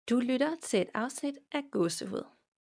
Du lytter til et afsnit af Gåsehud.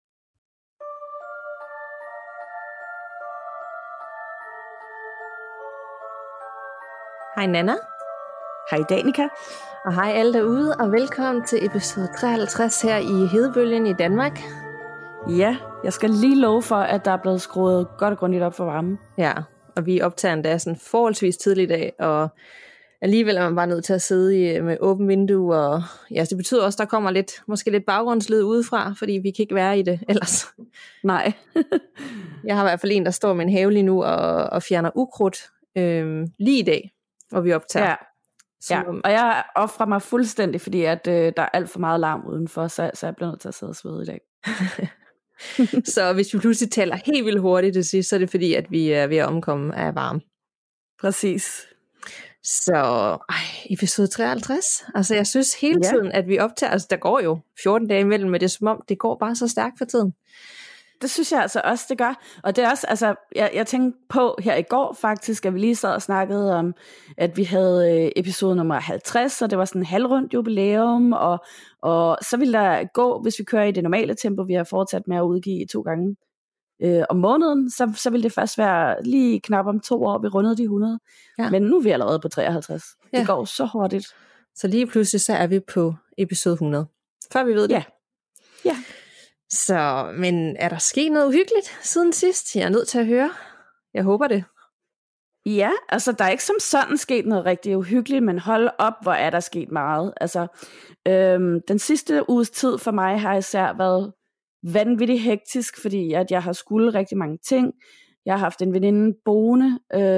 Hej Nana. Hej Danika. Og hej alle derude, og velkommen til episode 53 her i Hedebølgen i Danmark. Ja, jeg skal lige love for, at der er blevet skruet godt og grundigt op for varmen. Ja, og vi optager endda sådan forholdsvis tidlig i dag, og alligevel er man bare nødt til at sidde med åbent vindue, og ja, det betyder også, at der kommer måske lidt baggrundslyd udefra, fordi vi kan ikke være i det ellers. Nej. Jeg har i hvert fald en, der står med en have lige nu og fjerner ukrudt lige i dag, hvor vi optager. Ja. Ja, og jeg offrer mig fuldstændig, fordi at, der er alt for meget larm udenfor, så jeg bliver nødt til at sidde og svede i dag. Så hvis vi pludselig taler helt vildt hurtigt til sidst, så er det fordi, at vi er ved at omkomme af varme. Præcis. Så episode 53. Altså jeg synes hele tiden, at vi optager, altså der går jo 14 dage imellem, men det er som om, det går bare så stærkt for tiden. Det synes jeg altså også, det gør. Og det er også, altså, jeg tænkte på her i går faktisk, at vi lige sad og snakkede om, at vi havde episode nummer 50, og det var sådan en halvrundt jubilæum, og så ville der gå, hvis vi kører i det normale tempo, vi har fortsat med at udgive 2 gange om måneden, så ville det først være lige knap om 2 år, vi rundede de 100. Ja. Men nu er vi allerede på 53. Ja. Det går så hurtigt. Så lige pludselig, så er vi på episode 100. Før vi ved det. Ja. Så, men er der sket noget uhyggeligt siden sidst? Jeg er nødt til at høre. Jeg håber det. Ja, altså der er ikke som sådan sket noget rigtig uhyggeligt, men hold op, hvor er der sket meget. Altså, den sidste uges tid for mig har især været vanvittigt hektisk, fordi at jeg har skulle rigtig mange ting. Jeg har haft en veninde boende,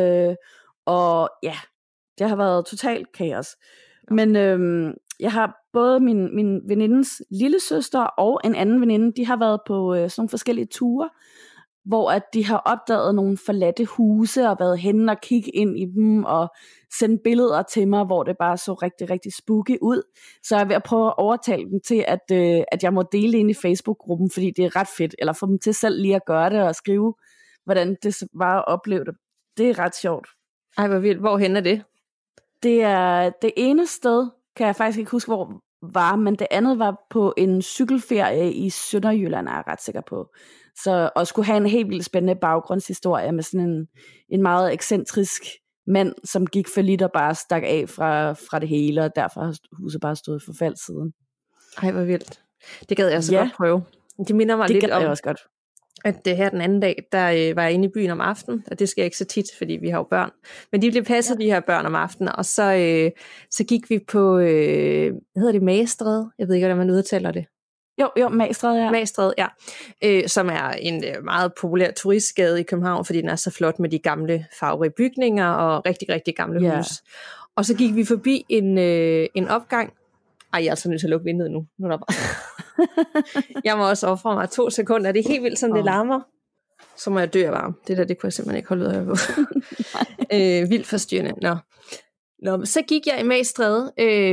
og ja, det har været totalt kaos. Men jeg har både min venindens lillesøster og en anden veninde, de har været på sådan nogle forskellige ture, hvor at de har opdaget nogle forladte huse og været henne og kigge ind i dem og sende billeder til mig, hvor det bare så rigtig, rigtig spooky ud. Så jeg er ved at prøve at overtale dem til, at jeg må dele ind i Facebook-gruppen, fordi det er ret fedt, eller få dem til selv lige at gøre det og skrive, hvordan det var at opleve det. Det er ret sjovt. Ej, hvor vildt. Hvorhen er det? Det er det ene sted, kan jeg faktisk ikke huske, hvor var, men det andet var på en cykelferie i Sønderjylland, er jeg ret sikker på. Så at skulle have en helt vildt spændende baggrundshistorie med sådan en meget ekscentrisk mand, som gik for lidt og bare stak af fra det hele, og derfor har huset bare stået for fald siden. Ej, hvor vildt. Det gad jeg så godt prøve. Det minder mig lidt om, jeg også godt. At det her den anden dag, der var jeg inde i byen om aftenen, og det sker ikke så tit, fordi vi har jo børn. Men de blev passet, de her børn om aftenen, og så gik vi på, hedder det Magestræde? Jeg ved ikke, hvordan man udtaler det. Jo, Magestræde, ja. Magestræde, ja. Som er en meget populær turistgade i København, fordi den er så flot med de gamle farverige bygninger og rigtig, rigtig gamle hus. Og så gik vi forbi en opgang. Ej, jeg er altså nødt til at lukke vinduet nu. Nu er der bare... Jeg må også ofre mig 2 sekunder. Det er helt vildt, som det larmer. Så må jeg dø af varme. Det kunne jeg simpelthen ikke holde ud af at høre på. Vildt forstyrrende. Nå, så gik jeg i Magestræde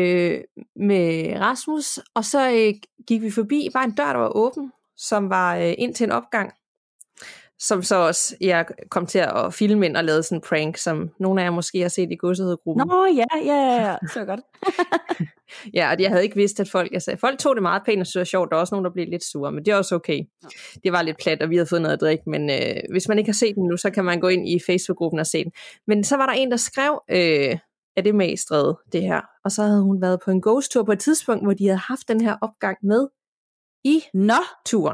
med Rasmus, og så gik vi forbi bare en dør, der var åben, som var ind til en opgang, som så også jeg kom til at filme ind og lave sådan en prank, som nogle af jer måske har set i Gåsehud-gruppen. Nå, ja, så godt. Ja, og jeg havde ikke vidst, at folk tog det meget pænt og synes det var sjovt. Der var også nogen, der blev lidt sure, men det er også okay. Ja. Det var lidt plat, og vi havde fået noget at drikke, men hvis man ikke har set den nu, så kan man gå ind i Facebook-gruppen og se den. Men så var der en, der skrev, at det Magestræde, det her. Og så havde hun været på en ghost-tur på et tidspunkt, hvor de havde haft den her opgang med i turen.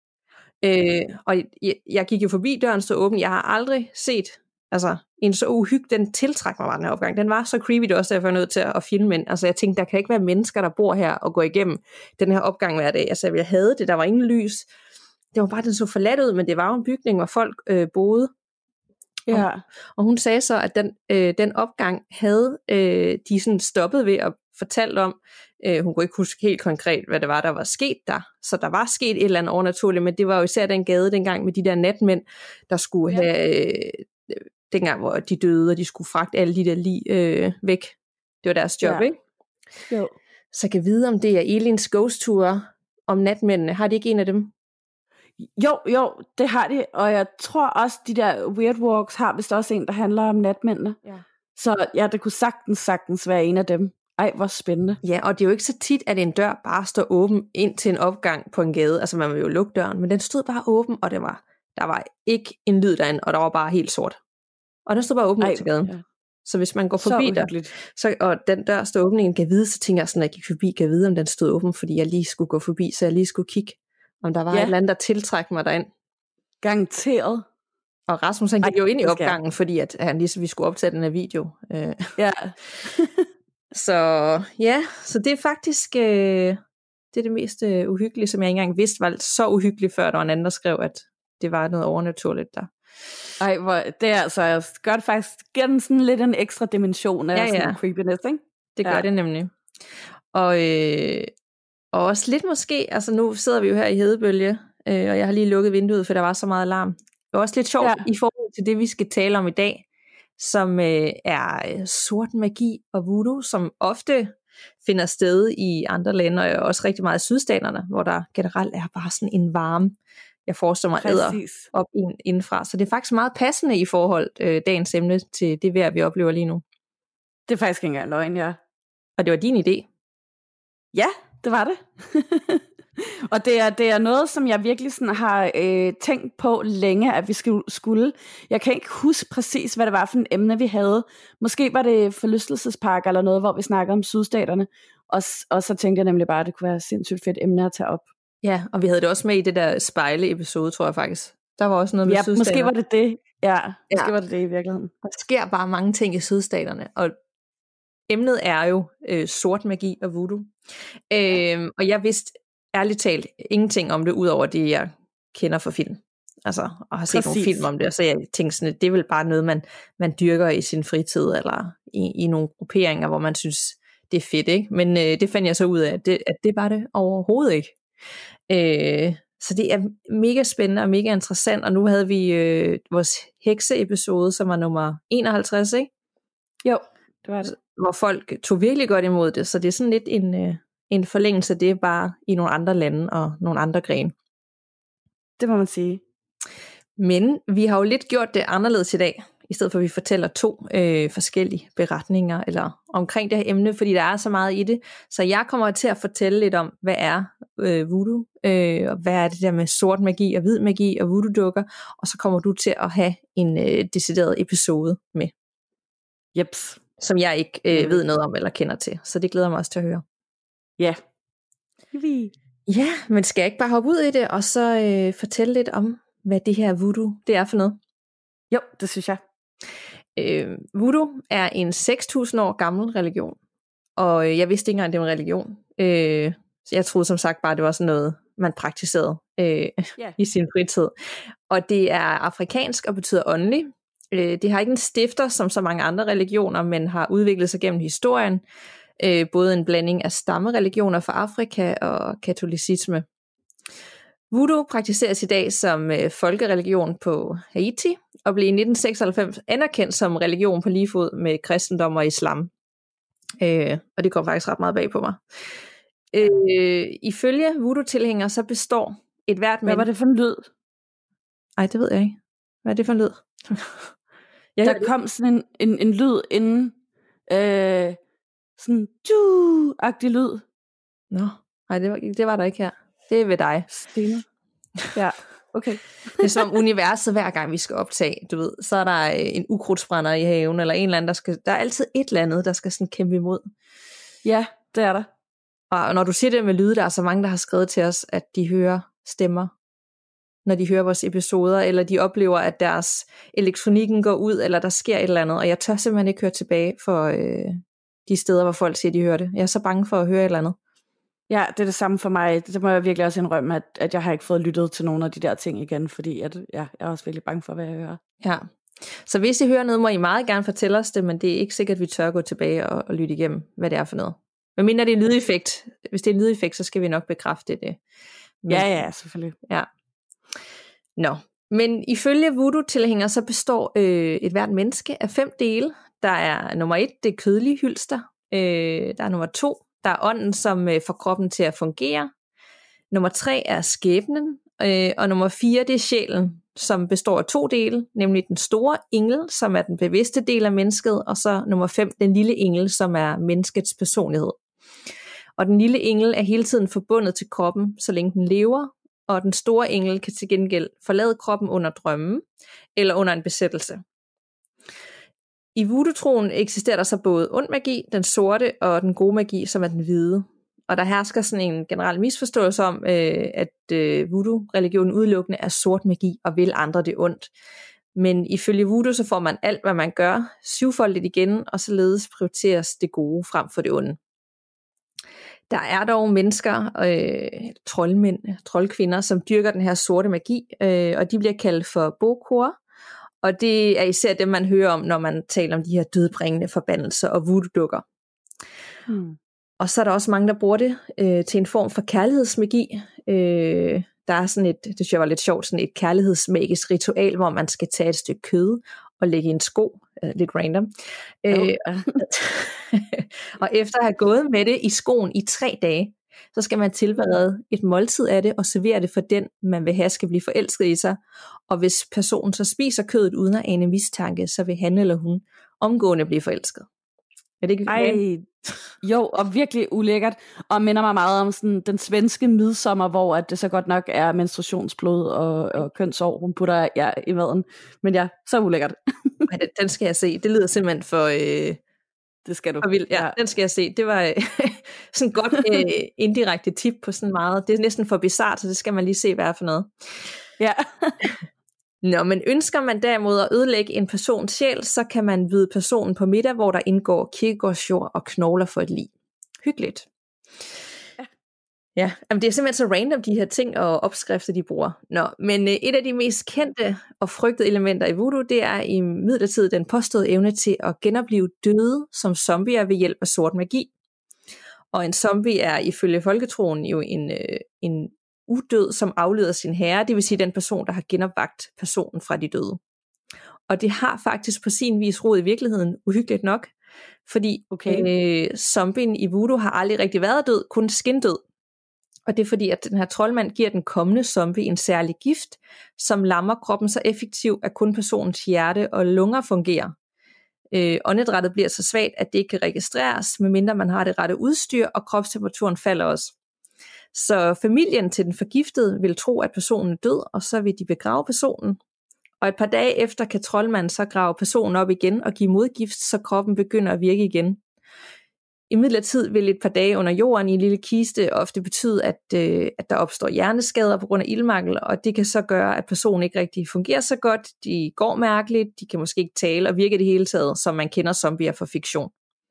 Og jeg gik jo forbi, døren stod åben. Jeg har aldrig set en så den tiltræk mig, var den her opgang. Den var så creepy, det også derfor jeg var nødt til at filme ind. Altså jeg tænkte, der kan ikke være mennesker, der bor her og går igennem den her opgang hver dag. Altså jeg havde det, der var ingen lys. Det var bare, den så forladt ud, men det var jo en bygning, hvor folk boede. Ja. Og hun sagde så, at den opgang havde de sådan stoppet ved at fortælle om. Hun kunne ikke huske helt konkret, hvad det var, der var sket der. Så der var sket et eller andet overnaturligt, men det var jo især den gade dengang med de der natmænd, der skulle have, dengang hvor de døde, og de skulle fragte alle de der lig væk. Det var deres job, ikke? Jo. Så kan vide, om det er Elins ghost-ture om natmændene. Har de ikke en af dem? Jo, det har de, og jeg tror også, de der Weird Walks har vist også en, der handler om natmændene. Ja. Så ja, det kunne sagtens være en af dem. Ej, hvor spændende. Ja, og det er jo ikke så tit, at en dør bare står åben ind til en opgang på en gade. Altså man vil jo lukke døren, men den stod bare åben, og der var ikke en lyd derinde, og der var bare helt sort. Og den stod bare åben ud til gaden. Ja. Så hvis man går forbi der, og den dør stod åben, en kan vide, så tænker jeg sådan, at jeg gik forbi, kan vide, om den stod åben, fordi jeg lige skulle gå forbi, så jeg lige skulle kigge, om der var et eller andet, der tiltrækker mig derind. Garanteret. Og Rasmus, han gik jo ind i opgangen, fordi at han ligesom vi skulle optage den her video. Ja. så det er faktisk det er det mest uhyggelige, som jeg ikke engang vidste var så uhyggeligt, før der var en anden, der skrev, at det var noget overnaturligt der. Ej, det er altså, gør det faktisk, giver den sådan lidt en ekstra dimension af sådan creepiness, ikke? Det gør det nemlig. Og også lidt måske, altså nu sidder vi jo her i Hedebølge, og jeg har lige lukket vinduet, for der var så meget alarm. Det er også lidt sjovt i forhold til det, vi skal tale om i dag, som er sort magi og voodoo, som ofte finder sted i andre lande, og også rigtig meget i sydstaterne, hvor der generelt er bare sådan en varme, jeg forestiller mig, æder op indenfra. Så det er faktisk meget passende i forhold dagens emne til det vejr, vi oplever lige nu. Det er faktisk ikke engang løgn, ja. Og det var din idé? Ja, det var det. Og det er noget, som jeg virkelig sådan har tænkt på længe, at vi skulle. Jeg kan ikke huske præcis, hvad det var for en emne, vi havde. Måske var det forlystelsespark eller noget, hvor vi snakkede om sydstaterne. Og så tænkte jeg nemlig bare, at det kunne være et sindssygt fedt emne at tage op. Ja, og vi havde det også med i det der spejle-episode, tror jeg faktisk. Der var også noget med sydstaterne. Måske var det det. Ja, måske var det det i virkeligheden. Der sker bare mange ting i sydstaterne, og emnet er jo sort magi og voodoo. Og jeg vidste ærligt talt ingenting om det, udover det, jeg kender fra film. Altså, og har set nogle film om det, og så jeg tænkte sådan, at det er vel bare noget, man dyrker i sin fritid, eller i nogle grupperinger, hvor man synes, det er fedt, ikke? Men det fandt jeg så ud af, at det var det overhovedet ikke. Så det er mega spændende og mega interessant, og nu havde vi vores hekseepisode, som var nummer 51, ikke? Jo, det var det. Hvor folk tog virkelig godt imod det, så det er sådan lidt en forlængelse af det, bare i nogle andre lande og nogle andre grene. Det må man sige. Men vi har jo lidt gjort det anderledes i dag, i stedet for at vi fortæller 2 forskellige beretninger eller omkring det her emne, fordi der er så meget i det. Så jeg kommer til at fortælle lidt om, hvad er voodoo, og hvad er det der med sort magi og hvid magi og voodoo-dukker, og så kommer du til at have en decideret episode med. Jeps. Som jeg ikke ved noget om eller kender til, så det glæder mig også til at høre. Ja. Ja, men skal jeg ikke bare hoppe ud i det, og så fortælle lidt om, hvad det her voodoo, det er for noget? Jo, det synes jeg. Voodoo er en 6.000 år gammel religion, og jeg vidste ikke engang, det var en religion. Så jeg troede som sagt bare, det var sådan noget, man praktiserede i sin fritid. Og det er afrikansk og betyder åndelig. Det har ikke en stifter som så mange andre religioner, men har udviklet sig gennem historien. Både en blanding af stammereligioner fra Afrika og katolicisme. Voodoo praktiseres i dag som folkereligion på Haiti, og blev i 1996 anerkendt som religion på lige fod med kristendom og islam. Og det går faktisk ret meget bag på mig. Ifølge voodoo-tilhængere, så består et hvert menneske... Hvad var det for en lyd? Ej, det ved jeg ikke. Hvad er det for en lyd? Der kom sådan en lyd inden, sådan agtig lyd. Nå, nej, det var der ikke her. Det er ved dig. Stine. Ja, okay. Det er som universet, hver gang vi skal optage, du ved, så er der en ukrudtsbrænder i haven, eller en eller anden, der er altid et eller andet, der skal sådan kæmpe imod. Ja, det er der. Og når du siger det med lyde, der er så mange, der har skrevet til os, at de hører stemmer, når de hører vores episoder, eller de oplever, at deres elektronikken går ud, eller der sker et eller andet, og jeg tør simpelthen ikke høre tilbage for de steder, hvor folk siger, de hører det. Jeg er så bange for at høre et eller andet. Ja, det er det samme for mig. Det må jeg virkelig også indrømme, at jeg har ikke fået lyttet til nogle af de der ting igen, fordi jeg er også virkelig bange for, hvad jeg hører. Ja, så hvis I hører noget, må I meget gerne fortælle os det, men det er ikke sikkert, at vi tør gå tilbage og lytte igennem, hvad det er for noget. Men mindre det er en lydeffekt. Hvis det er en lydeffekt, så skal vi nok bekræfte det. Men, ja, selvfølgelig. Ja. Nå, men ifølge voodoo-tilhængere, så består et hvert menneske af 5 dele. Der er nummer 1, det er kødelige hylster. Der er nummer 2, der er ånden, som får kroppen til at fungere. Nummer 3 er skæbnen. Og nummer 4, det er sjælen, som består af 2 dele, nemlig den store engel, som er den bevidste del af mennesket, og så nummer 5, den lille engel, som er menneskets personlighed. Og den lille engel er hele tiden forbundet til kroppen, så længe den lever, og den store engel kan til gengæld forlade kroppen under drømmen, eller under en besættelse. I voodoo-troen eksisterer der så både ond magi, den sorte, og den gode magi, som er den hvide. Og der hersker sådan en generel misforståelse om, at voodoo-religionen udelukkende er sort magi, og vil andre det ondt. Men ifølge voodoo, så får man alt, hvad man gør, 7-foldigt igen, og således prioriteres det gode frem for det onde. Der er dog mennesker, troldmænd, troldkvinder, som dyrker den her sorte magi, og de bliver kaldt for bokor. Og det er især dem, man hører om, når man taler om de her dødbringende forbandelser og voodoo-dukker. Og så er der også mange, der bruger det til en form for kærlighedsmagi. Der er sådan et, det synes jeg var lidt sjovt, sådan et kærlighedsmagisk ritual, hvor man skal tage et stykke kød og lægge i en sko, lidt random. Og efter at have gået med det i skoen i 3 dage, så skal man tilberede et måltid af det og servere det for den, man vil have, skal blive forelsket i sig. Og hvis personen så spiser kødet uden at ane mistanke, så vil han eller hun omgående blive forelsket. Er det ikke Ej, jo, og virkelig ulækkert, og minder mig meget om sådan den svenske midsommer, hvor at det så godt nok er menstruationsblod og kønsår, hun putter i maden. Men ja, så ulækkert. Ej, den skal jeg se. Det lyder simpelthen for... det skal du. For vildt. Ja, den skal jeg se. Det var sådan et godt indirekte tip på sådan meget. Det er næsten for bizart, så det skal man lige se, hvad er for noget. Ja. Nå, men ønsker man derimod at ødelægge en persons sjæl, så kan man vide personen på middag, hvor der indgår kirkegårdsjord og knogler for et lig. Hyggeligt. Ja, jamen det er simpelthen så random, de her ting og opskrifter, de bruger. Nå, men et af de mest kendte og frygtede elementer i voodoo, det er imidlertid den påståede evne til at genopleve døde som zombier ved hjælp af sort magi. Og en zombie er ifølge folketroen jo en udød, som afleder sin herre, det vil sige den person, der har genopvagt personen fra de døde. Og det har faktisk på sin vis rod i virkeligheden, uhyggeligt nok, fordi zombien i voodoo har aldrig rigtig været død, kun skindød. Og det er fordi, at den her troldmand giver den kommende zombie en særlig gift, som lammer kroppen så effektivt, at kun personens hjerte og lunger fungerer. Åndedrættet bliver så svagt, at det ikke kan registreres, medmindre man har det rette udstyr, og kropstemperaturen falder også. Så familien til den forgiftede vil tro, at personen er død, og så vil de begrave personen. Og et par dage efter kan troldmanden så grave personen op igen og give modgift, så kroppen begynder at virke igen. Imidlertid vil et par dage under jorden i en lille kiste ofte betyde, at der opstår hjerneskader på grund af ildmangel, og det kan så gøre, at personen ikke rigtig fungerer så godt, de går mærkeligt, de kan måske ikke tale og virke det hele taget, som man kender zombier fra fiktion.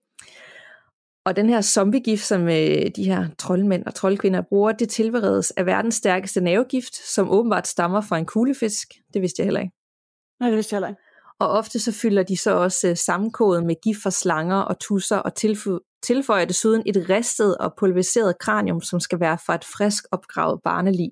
Og den her zombiegift, som de her troldmænd og troldkvinder bruger, det tilberedes af verdens stærkeste nervegift, som åbenbart stammer fra en kuglefisk. Det vidste jeg heller ikke. Nej, det vidste jeg heller ikke. Og ofte så fylder de så også sammenkoget med gift fra slanger og tusser og tilføjer desuden et ristet og pulveriseret kranium, som skal være fra et frisk opgravet barnelig.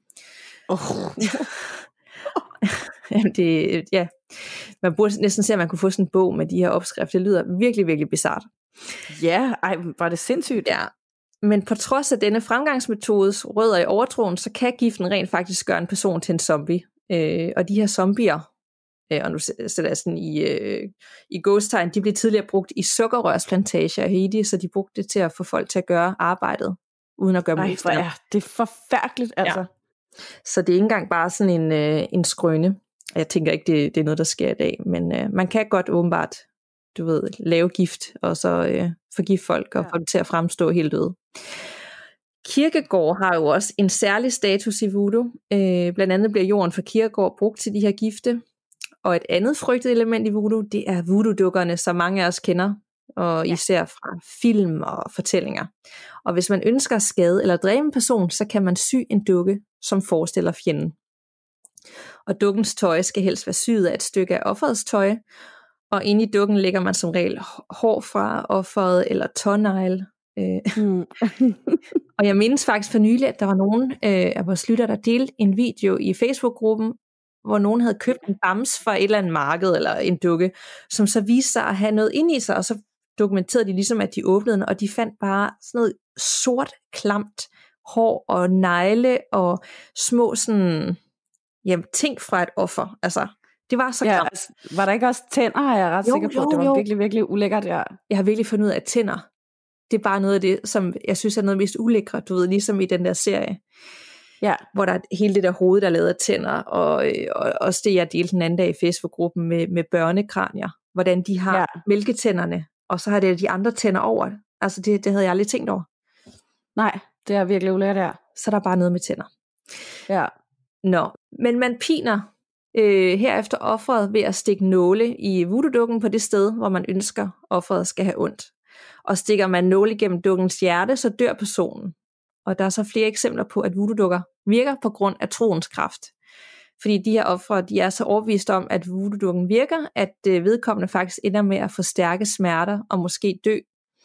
Jamen man burde næsten se, at man kunne få sådan en bog med de her opskrifter. Det lyder virkelig, virkelig bizart. Ja, var det sindssygt. Ja, men på trods af denne fremgangsmetodes rødder i overtroen, så kan giften rent faktisk gøre en person til en zombie. Og de her zombier, og nu sætter jeg sådan i gåstegn, de blev tidligere brugt i sukkerrørsplantager i Haiti, så de brugte det til at få folk til at gøre arbejdet, uden at gøre modstand. Det er forfærdeligt, altså. Ja. Så det er ikke engang bare sådan en skrøne. Jeg tænker ikke, det er noget, der sker i dag, men man kan godt åbenbart, lave gift, og så forgive folk, og få det til at fremstå helt døde. Kirkegård har jo også en særlig status i voodoo. Blandt andet bliver jorden for kirkegård brugt til de her gifte. Og et andet frygtet element i voodoo, det er voodoo-dukkerne, som mange af os kender, og især fra film og fortællinger. Og hvis man ønsker at skade eller dræbe en person, så kan man sy en dukke, som forestiller fjenden. Og dukkens tøj skal helst være syet af et stykke af offerets tøj, og inde i dukken lægger man som regel hår fra offeret eller tånegle. Og jeg mindes faktisk for nylig, at der var nogen af vores lytter, der delte en video i Facebook-gruppen, hvor nogen havde købt en bams fra et eller andet marked, eller en dukke, som så viste sig at have noget inde i sig, og så dokumenterede de ligesom, at de åbnede den, og de fandt bare sådan noget sort, klamt hår og negle, og små sådan, ting fra et offer. Altså, det var så klamt. Altså, var der ikke også tænder, er jeg ret sikker på? Det var virkelig, virkelig ulækkert, ja. Jeg har virkelig fundet ud af, at tænder, det er bare noget af det, som jeg synes er noget mest ulækre, du ved, ligesom i den der serie. Ja. Hvor der er hele det der hoved, der er lavet af tænder, og også det, jeg delte den anden dag i Facebook-gruppen med børnekranier, hvordan de har mælketænderne, og så har det de andre tænder over. Altså det havde jeg aldrig tænkt over. Nej, det er virkelig ulækkert, ja. Så der er bare noget med tænder. Ja. Nå, men man piner herefter offeret ved at stikke nåle i voodoo-dukken på det sted, hvor man ønsker, offeret skal have ondt. Og stikker man nåle gennem dukkens hjerte, så dør personen. Og der er så flere eksempler på, at voodoo-dukker virker på grund af troens kraft. Fordi de her ofre, de er så overbevist om, at voodoo-dukken virker, at vedkommende faktisk ender med at få stærke smerter og måske dø.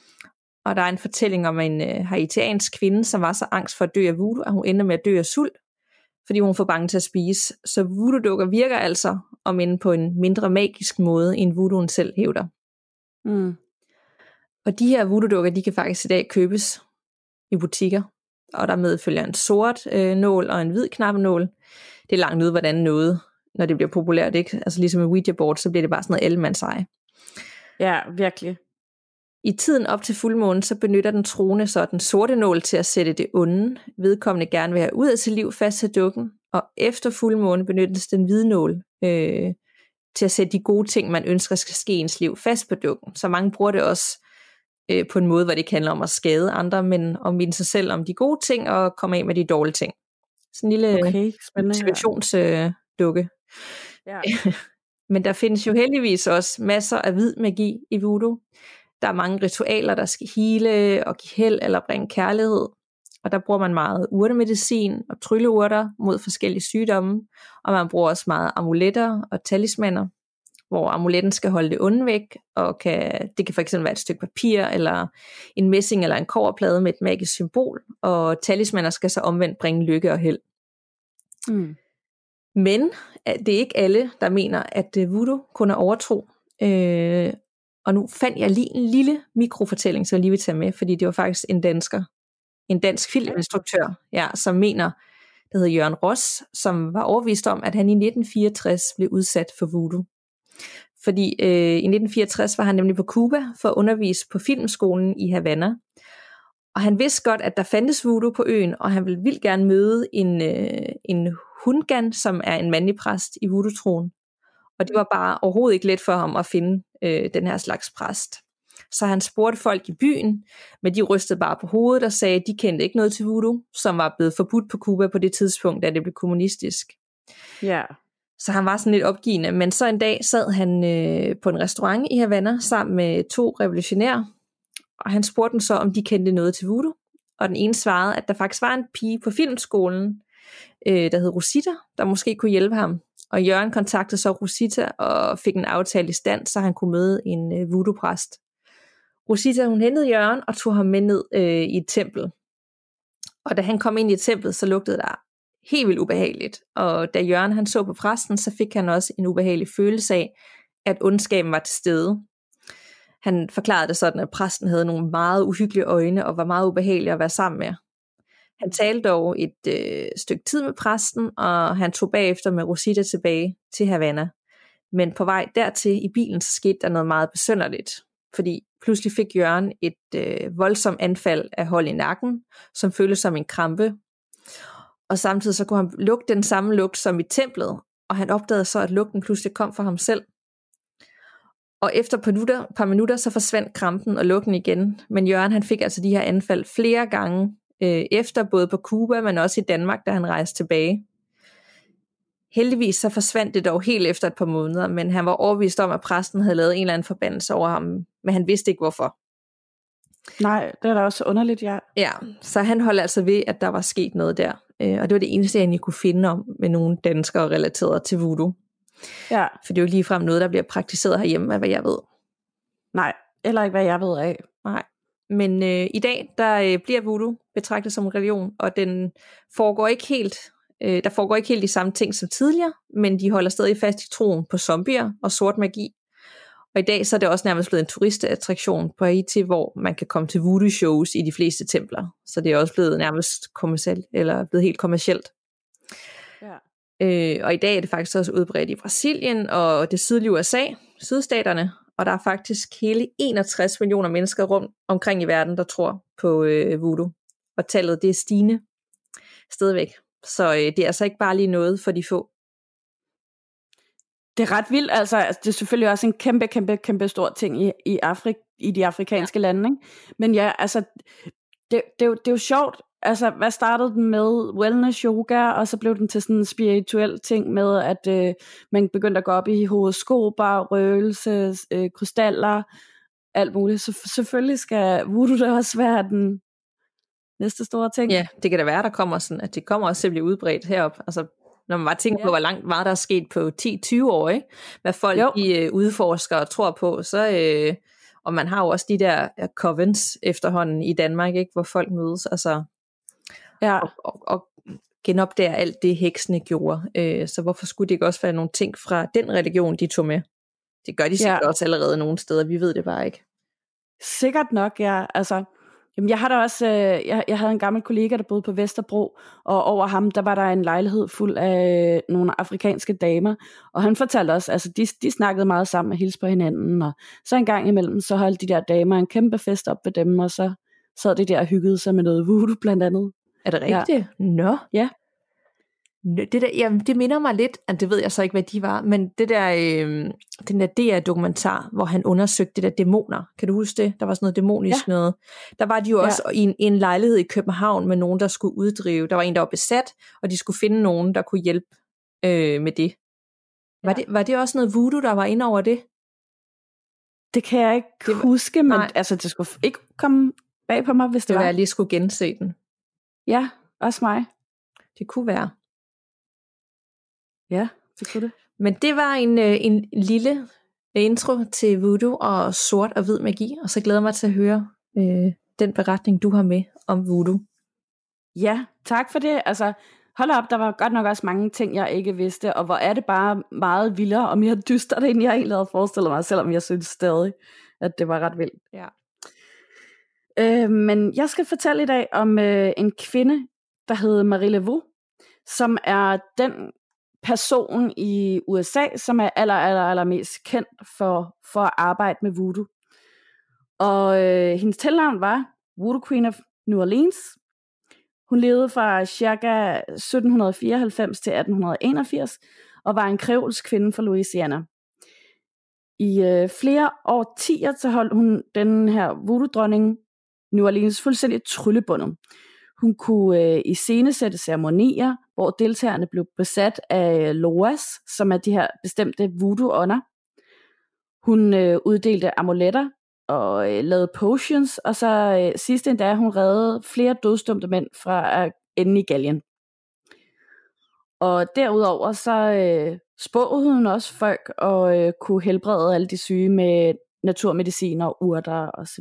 Og der er en fortælling om en haitiansk kvinde, som var så angst for at dø af voodoo, at hun ender med at dø af sult, fordi hun får bange til at spise. Så voodoo-dukker virker altså, om end på en mindre magisk måde, end voodooen selv hævder. Mm. Og de her voodoo-dukker, de kan faktisk i dag købes i butikker. Og der medfølger en sort nål og en hvid knappenål. Det er langt ude, hvordan noget, når det bliver populært, ikke? Altså ligesom med Ouija-board, så bliver det bare sådan noget ellemandseje. Ja, virkelig. I tiden op til fuldmånen, så benytter den troende så den sorte nål til at sætte det onde, vedkommende gerne vil have ud af sit liv fast til dukken, og efter fuldmåne benyttes den hvide nål til at sætte de gode ting, man ønsker skal ske i ens liv fast på dukken. Så mange bruger det også på en måde, hvor det ikke handler om at skade andre, men om minde sig selv om de gode ting og komme af med de dårlige ting. Sådan en lille motivationsdukke. Ja. Men der findes jo heldigvis også masser af hvid magi i voodoo. Der er mange ritualer, der skal hele og give held eller bringe kærlighed. Og der bruger man meget urtemedicin og trylleurter mod forskellige sygdomme. Og man bruger også meget amuletter og talismaner, hvor amuletten skal holde det onde væk. Og det kan fx være et stykke papir, eller en messing eller en kobberplade med et magisk symbol. Og talismaner skal så omvendt bringe lykke og held. Mm. Men det er ikke alle, der mener, at voodoo kun er overtro. Og nu fandt jeg lige en lille mikrofortælling, så jeg lige vil tage med, fordi det var faktisk en dansk filminstruktør, som mener, der hedder Jørgen Ross, som var overbevist om, at han i 1964 blev udsat for voodoo. Fordi i 1964 var han nemlig på Cuba for at undervise på filmskolen i Havana. Og han vidste godt, at der fandtes voodoo på øen, og han ville vildt gerne møde en hungan, som er en mandlig præst i voodoo-troen. Og det var bare overhovedet ikke let for ham at finde den her slags præst. Så han spurgte folk i byen, men de rystede bare på hovedet og sagde, at de kendte ikke noget til voodoo, som var blevet forbudt på Cuba på det tidspunkt, da det blev kommunistisk. Ja. Så han var sådan lidt opgivende, men så en dag sad han på en restaurant i Havana sammen med 2 revolutionære, og han spurgte dem så, om de kendte noget til voodoo. Og den ene svarede, at der faktisk var en pige på filmskolen, der hed Rosita, der måske kunne hjælpe ham. Og Jørgen kontaktede så Rosita og fik en aftale i stand, så han kunne møde en voodoo-præst. Rosita, hun hentede Jørgen og tog ham med ned i et tempel. Og da han kom ind i et tempel, så lugtede der helt vildt ubehageligt. Og da Jørgen han så på præsten, så fik han også en ubehagelig følelse af, at ondskaben var til stede. Han forklarede det sådan, at præsten havde nogle meget uhyggelige øjne og var meget ubehagelig at være sammen med. Han talte dog et stykke tid med præsten, og han tog bagefter med Rosita tilbage til Havana. Men på vej dertil i bilen, så skete der noget meget besynderligt. Fordi pludselig fik Jørgen et voldsomt anfald af hold i nakken, som føltes som en krampe. Og samtidig så kunne han lugte den samme lugt som i templet, og han opdagede så, at lugten pludselig kom fra ham selv. Og efter et par minutter, så forsvandt krampen og lugten igen. Men Jørgen han fik altså de her anfald flere gange, efter både på Cuba, men også i Danmark, da han rejste tilbage. Heldigvis så forsvandt det dog helt efter et par måneder, men han var overbevist om, at præsten havde lavet en eller anden forbandelse over ham, men han vidste ikke hvorfor. Nej, det er da også underligt, ja. Ja, så han holdt altså ved, at der var sket noget der, og det var det eneste, jeg egentlig kunne finde om med nogle danskere relateret til voodoo. Ja. For det er jo ligefrem noget, der bliver praktiseret herhjemme, af hvad jeg ved. Nej, eller ikke hvad jeg ved af. Nej. Men i dag, der bliver voodoo betragtet som religion, og den foregår ikke helt, der foregår ikke helt de samme ting som tidligere, men de holder stadig fast i troen på zombier og sort magi. Og i dag så er det også nærmest blevet en turistattraktion på Haiti, hvor man kan komme til voodoo-shows i de fleste templer. Så det er også blevet nærmest kommercielt, eller blevet helt kommercielt. Ja. Og i dag er det faktisk også udbredt i Brasilien og det sydlige USA, sydstaterne, og der er faktisk hele 61 millioner mennesker rundt omkring i verden, der tror på voodoo. Og tallet, det er stigende stadigvæk. Så det er altså ikke bare lige noget for de få. Det er ret vildt, altså det er selvfølgelig også en kæmpe stor ting i de afrikanske lande, ikke? Men ja, altså det er jo sjovt. Altså, hvad startede den med? Wellness yoga, og så blev den til sådan en spirituel ting med, at man begyndte at gå op i horoskoper, røgelse, krystaller, alt muligt. Så selvfølgelig skal voodoo da også være den næste store ting. Ja, det kan da være, der kommer sådan, at det kommer også til at blive udbredt herop. Altså, når man bare tænker på, hvor langt var der sket på 10-20 år, ikke? Hvad folk de udforsker og tror på, så... og man har jo også de der covens efterhånden i Danmark, ikke? Hvor folk mødes, altså... Ja. Og genopdager alt det heksene gjorde. Så hvorfor skulle det ikke også være nogle ting fra den religion, de tog med? Det gør de sikkert også allerede nogle steder, vi ved det bare ikke. Sikkert nok, ja. Altså, jamen jeg har da også, jeg havde en gammel kollega, der boede på Vesterbro, og over ham, der var der en lejlighed fuld af nogle afrikanske damer, og han fortalte også, altså de snakkede meget sammen og hilste på hinanden, og så en gang imellem, så holdt de der damer en kæmpe fest op ved dem, og så sad de der og hyggede sig med noget voodoo blandt andet. Er det rigtigt? Ja. Nå. Ja. Det der, jamen, det minder mig lidt, det ved jeg så ikke, hvad de var, men det der, den der DR-dokumentar, hvor han undersøgte det der dæmoner, kan du huske det? Der var sådan noget dæmonisk noget. Der var de jo også i en lejlighed i København med nogen, der skulle uddrive. Der var en, der var besat, og de skulle finde nogen, der kunne hjælpe med det. Var det også noget voodoo, der var inde over det? Det kan jeg ikke huske, men altså, det skulle ikke komme bag på mig, hvis det var. Jeg lige skulle gense den. Ja, også mig. Det kunne være. Ja, det kunne det. Men det var en lille intro til voodoo og sort og hvid magi, og så glæder jeg mig til at høre den beretning, du har med om voodoo. Ja, tak for det. Altså, hold op, der var godt nok også mange ting, jeg ikke vidste, og hvor er det bare meget vildere og mere dystert, end jeg egentlig havde forestillet mig, selvom jeg synes stadig, at det var ret vildt. Ja. Men jeg skal fortælle i dag om en kvinde, der hedder Marie Laveau, som er den person i USA, som er allermest kendt for at arbejde med voodoo. Og hendes tilnavn var Voodoo Queen of New Orleans. Hun levede fra ca. 1794 til 1881, og var en kreolsk kvinde fra Louisiana. I flere årtier så holdt hun den her voodoo-dronning New Orleans fuldstændig tryllebundet. Hun kunne iscenesætte ceremonier, hvor deltagerne blev besat af loas, som er de her bestemte voodoo-ånder. Hun uddelte amuletter og lavede potions, og så sidst endda hun reddede flere dødsdømte mænd fra at ende i galgen. Og derudover så spåede hun også folk og kunne helbrede alle de syge med naturmediciner, urter osv.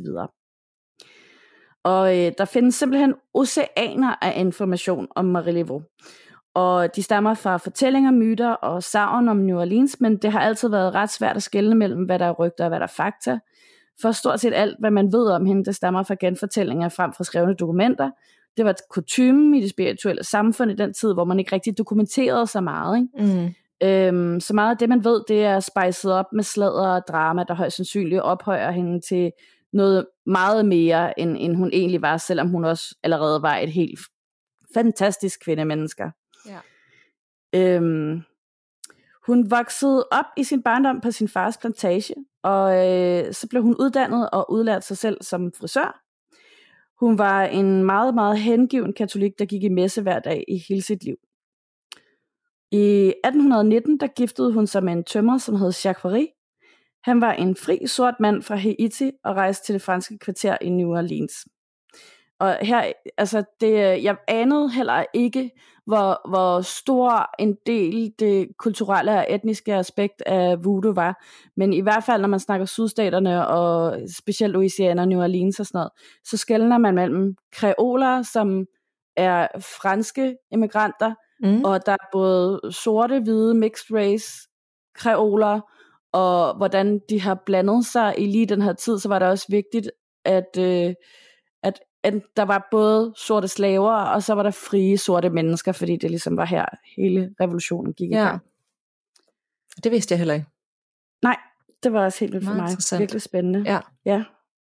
Og der findes simpelthen oceaner af information om Marie Laveau. Og de stammer fra fortællinger, myter og sagn om New Orleans, men det har altid været ret svært at skelne mellem, hvad der er rygter og hvad der er fakta. For stort set alt, hvad man ved om hende, det stammer fra genfortællinger frem fra skrevne dokumenter. Det var kutymen i det spirituelle samfund i den tid, hvor man ikke rigtig dokumenterede så meget. Ikke? Så meget af det, man ved, det er spicet op med sladder og drama, der højst sandsynligt ophøjer hende til noget meget mere, end hun egentlig var, selvom hun også allerede var et helt fantastisk kvindemenneske. Ja. Hun voksede op i sin barndom på sin fars plantage, og så blev hun uddannet og udlært sig selv som frisør. Hun var en meget, meget hengiven katolik, der gik i messe hver dag i hele sit liv. I 1819, der giftede hun sig med en tømrer, som hed Jacques Fauré. Han var en fri sort mand fra Haiti og rejste til det franske kvarter i New Orleans. Og her, altså jeg anede heller ikke, hvor stor en del det kulturelle og etniske aspekt af voodoo var. Men i hvert fald, når man snakker sydstaterne, og specielt Louisiana og New Orleans og sådan noget, så skelner man mellem kreoler, som er franske immigranter, og der er både sorte, hvide, mixed race kreoler, og hvordan de har blandet sig i lige den her tid, så var det også vigtigt, at at der var både sorte slaver, og så var der frie sorte mennesker, fordi det ligesom var her, hele revolutionen gik i gang. Det vidste jeg heller ikke. Nej, det var også helt vildt for mig. Virkelig spændende. Ja.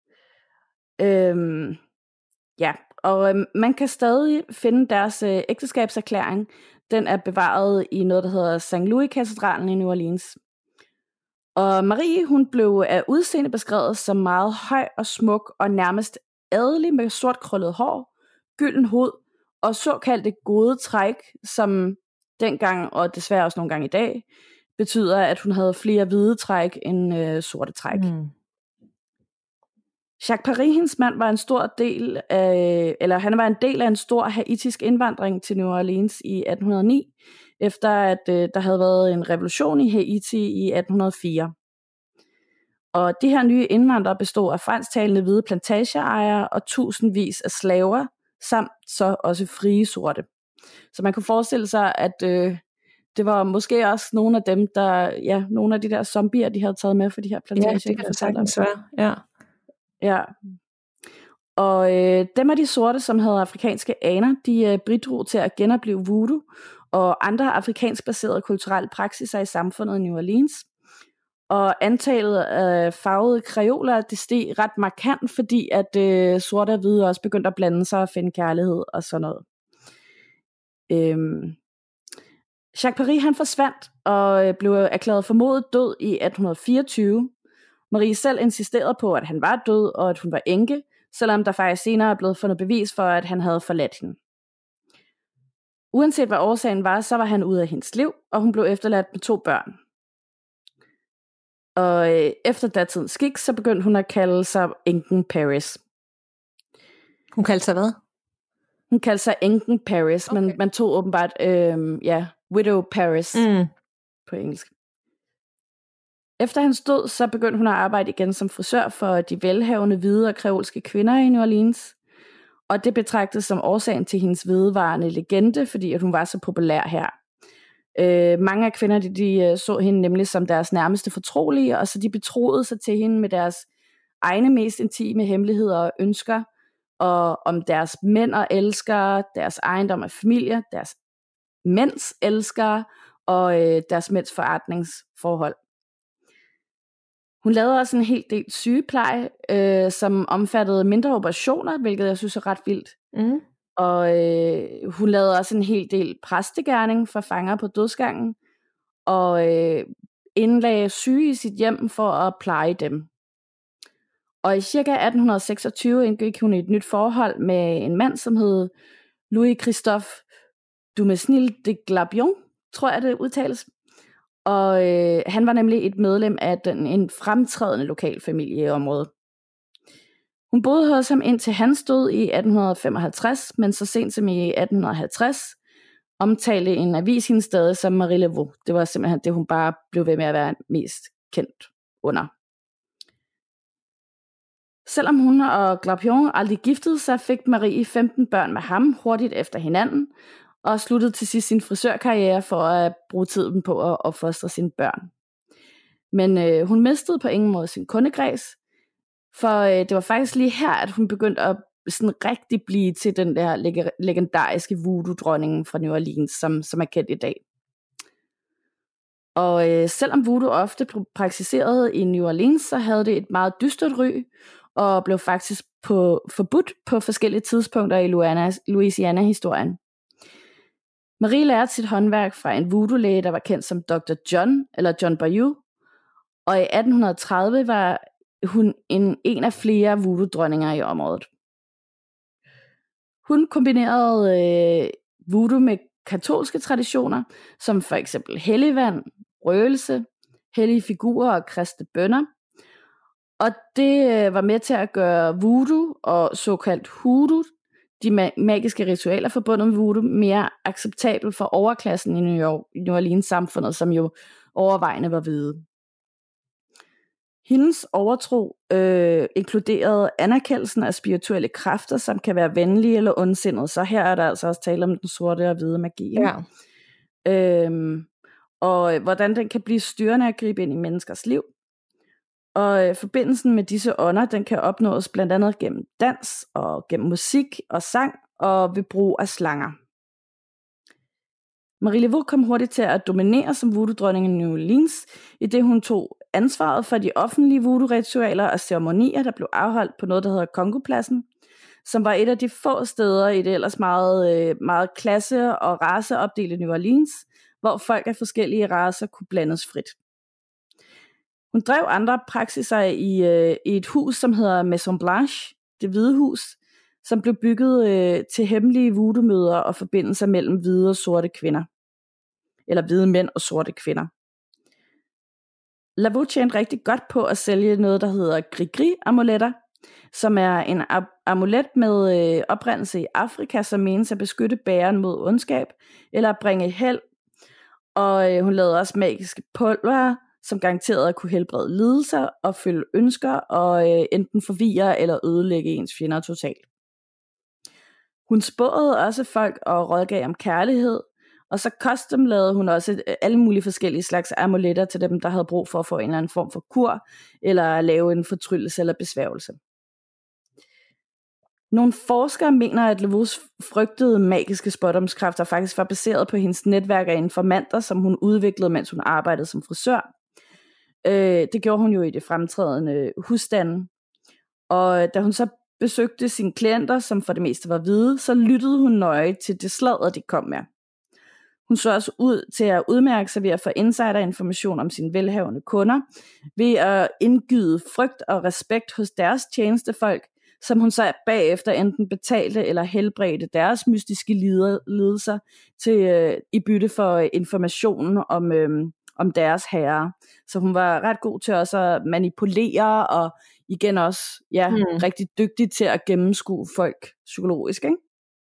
Ja, og man kan stadig finde deres ægteskabserklæring. Den er bevaret i noget, der hedder St. Louis-katedralen i New Orleans. Og Marie, hun blev af udseende beskrevet som meget høj og smuk og nærmest adelig med sort krøllet hår, gylden hud og såkaldte gode træk, som dengang og desværre også nogle gange i dag, betyder, at hun havde flere hvide træk end sorte træk. Jacques Paris, hendes mand, var han var en del af en stor haitisk indvandring til New Orleans i 1809, efter at der havde været en revolution i Haiti i 1804. Og de her nye indvandrere bestod af fransktalende hvide plantageejere og tusindvis af slaver, samt så også frie sorte. Så man kunne forestille sig, at det var måske også nogle af dem, nogle af de der zombier, de havde taget med for de her plantager. Ja, det kan sagtens være, Ja. Og dem af de sorte, som havde afrikanske aner, de bidrog til at genopleve voodoo og andre afrikansk baserede kulturelle praksiser i samfundet i New Orleans. Og antallet af farvede kreoler, det steg ret markant, fordi at sorte og hvide også begyndte at blande sig og finde kærlighed og sådan noget. Jacques Paris, han forsvandt og blev erklæret formodet død i 1824. Marie selv insisterede på, at han var død og at hun var enke, selvom der faktisk senere er blevet fundet bevis for, at han havde forladt hende. Uanset hvad årsagen var, så var han ude af hendes liv, og hun blev efterladt med 2 børn. Og efter datidens skik, så begyndte hun at kalde sig enken Paris. Hun kaldte sig hvad? Hun kaldte sig enken Paris, okay. Men man tog åbenbart, Widow Paris på engelsk. Efter hans død, så begyndte hun at arbejde igen som frisør for de velhavende hvide og kreolske kvinder i New Orleans. Og det betragtes som årsagen til hendes vedvarende legende, fordi at hun var så populær her. Mange af kvinder, de så hende nemlig som deres nærmeste fortrolige, og så de betroede sig til hende med deres egne mest intime hemmeligheder og ønsker, og om deres mænd og elskere, deres ejendom og familie, deres mænds elskere og deres mænds forretningsforhold. Hun lavede også en hel del sygepleje, som omfattede mindre operationer, hvilket jeg synes er ret vildt. Og hun lavede også en hel del præstegerning for fanger på dødsgangen, og indlagde syge i sit hjem for at pleje dem. Og i cirka 1826 indgik hun i et nyt forhold med en mand, som hed Louis-Christophe Dumesnil de Glapion, tror jeg det udtales. Og han var nemlig et medlem af en fremtrædende lokal familie i området. Hun boede hos ham indtil hans død i 1855, men så sent som i 1850 omtalte en avis hende stadig som Marie Laveau. Det var simpelthen det, hun bare blev ved med at være mest kendt under. Selvom hun og Glapion aldrig giftede sig, fik Marie 15 børn med ham hurtigt efter hinanden, og sluttede til sidst sin frisørkarriere for at bruge tiden på at opfostre sine børn. Men hun mistede på ingen måde sin kundekreds, for det var faktisk lige her, at hun begyndte at sådan rigtig blive til den der legendariske voodoo-dronningen fra New Orleans, som er kendt i dag. Og selvom voodoo ofte blev praktiseret i New Orleans, så havde det et meget dystert ry, og blev faktisk forbudt på forskellige tidspunkter i Louisiana-historien. Marie lærte sit håndværk fra en voodoo-læge, der var kendt som Dr. John, eller John Bayou, og i 1830 var hun en af flere voodoo-dronninger i området. Hun kombinerede voodoo med katolske traditioner, som for eksempel helligvand, røgelse, hellige figurer og kristne bønner. Og det var med til at gøre voodoo og såkaldt hoodoo, de magiske ritualer forbundet med voodoo, mere acceptabel for overklassen i New Orleans-samfundet, som jo overvejende var hvide. Hendes overtro inkluderede anerkendelsen af spirituelle kræfter, som kan være venlige eller ondsindede. Så her er der altså også tale om den sorte og hvide magi. Ja. Og hvordan den kan blive styrende at gribe ind i menneskers liv. Og forbindelsen med disse ånder, den kan opnås blandt andet gennem dans og gennem musik og sang og ved brug af slanger. Marie Laveau kom hurtigt til at dominere som voodoo-dronning i New Orleans, i det hun tog ansvaret for de offentlige voodoo-ritualer og ceremonier, der blev afholdt på noget, der hedder Kongopladsen, som var et af de få steder i det ellers meget klasse- og raceopdelte New Orleans, hvor folk af forskellige racer kunne blandes frit. Hun drev andre praksiser i et hus, som hedder Maison Blanche, det hvide hus, som blev bygget til hemmelige voodoo-møder og forbindelser mellem hvide og sorte kvinder. Eller hvide mænd og sorte kvinder. Laveau tjente rigtig godt på at sælge noget, der hedder gris-gris-amuletter, som er en amulet med oprindelse i Afrika, som menes at beskytte bæreren mod ondskab, eller at bringe held. Og hun lavede også magiske pulver, som garanteret kunne helbrede lidelser og følge ønsker, og enten forvirre eller ødelægge ens fjender totalt. Hun spåede også folk og rådgav om kærlighed, og så custom lavede hun også alle mulige forskellige slags amuletter til dem, der havde brug for at få en eller anden form for kur, eller lave en fortryllelse eller besværgelse. Nogle forskere mener, at Lavaux frygtede magiske spådomskræfter faktisk var baseret på hendes netværk af informanter, som hun udviklede, mens hun arbejdede som frisør. Det gjorde hun jo i det fremtrædende husstande. Og da hun så besøgte sine klienter, som for det meste var hvide, så lyttede hun nøje til det sladder, de kom med. Hun så også ud til at udmærke sig ved at få insiderinformation om sine velhavende kunder, ved at indgyde frygt og respekt hos deres tjenestefolk, som hun så bagefter enten betalte eller helbredte deres mystiske lidelser i bytte for informationen om deres herre. Så hun var ret god til også at manipulere, og igen også rigtig dygtig til at gennemskue folk psykologisk, ikke?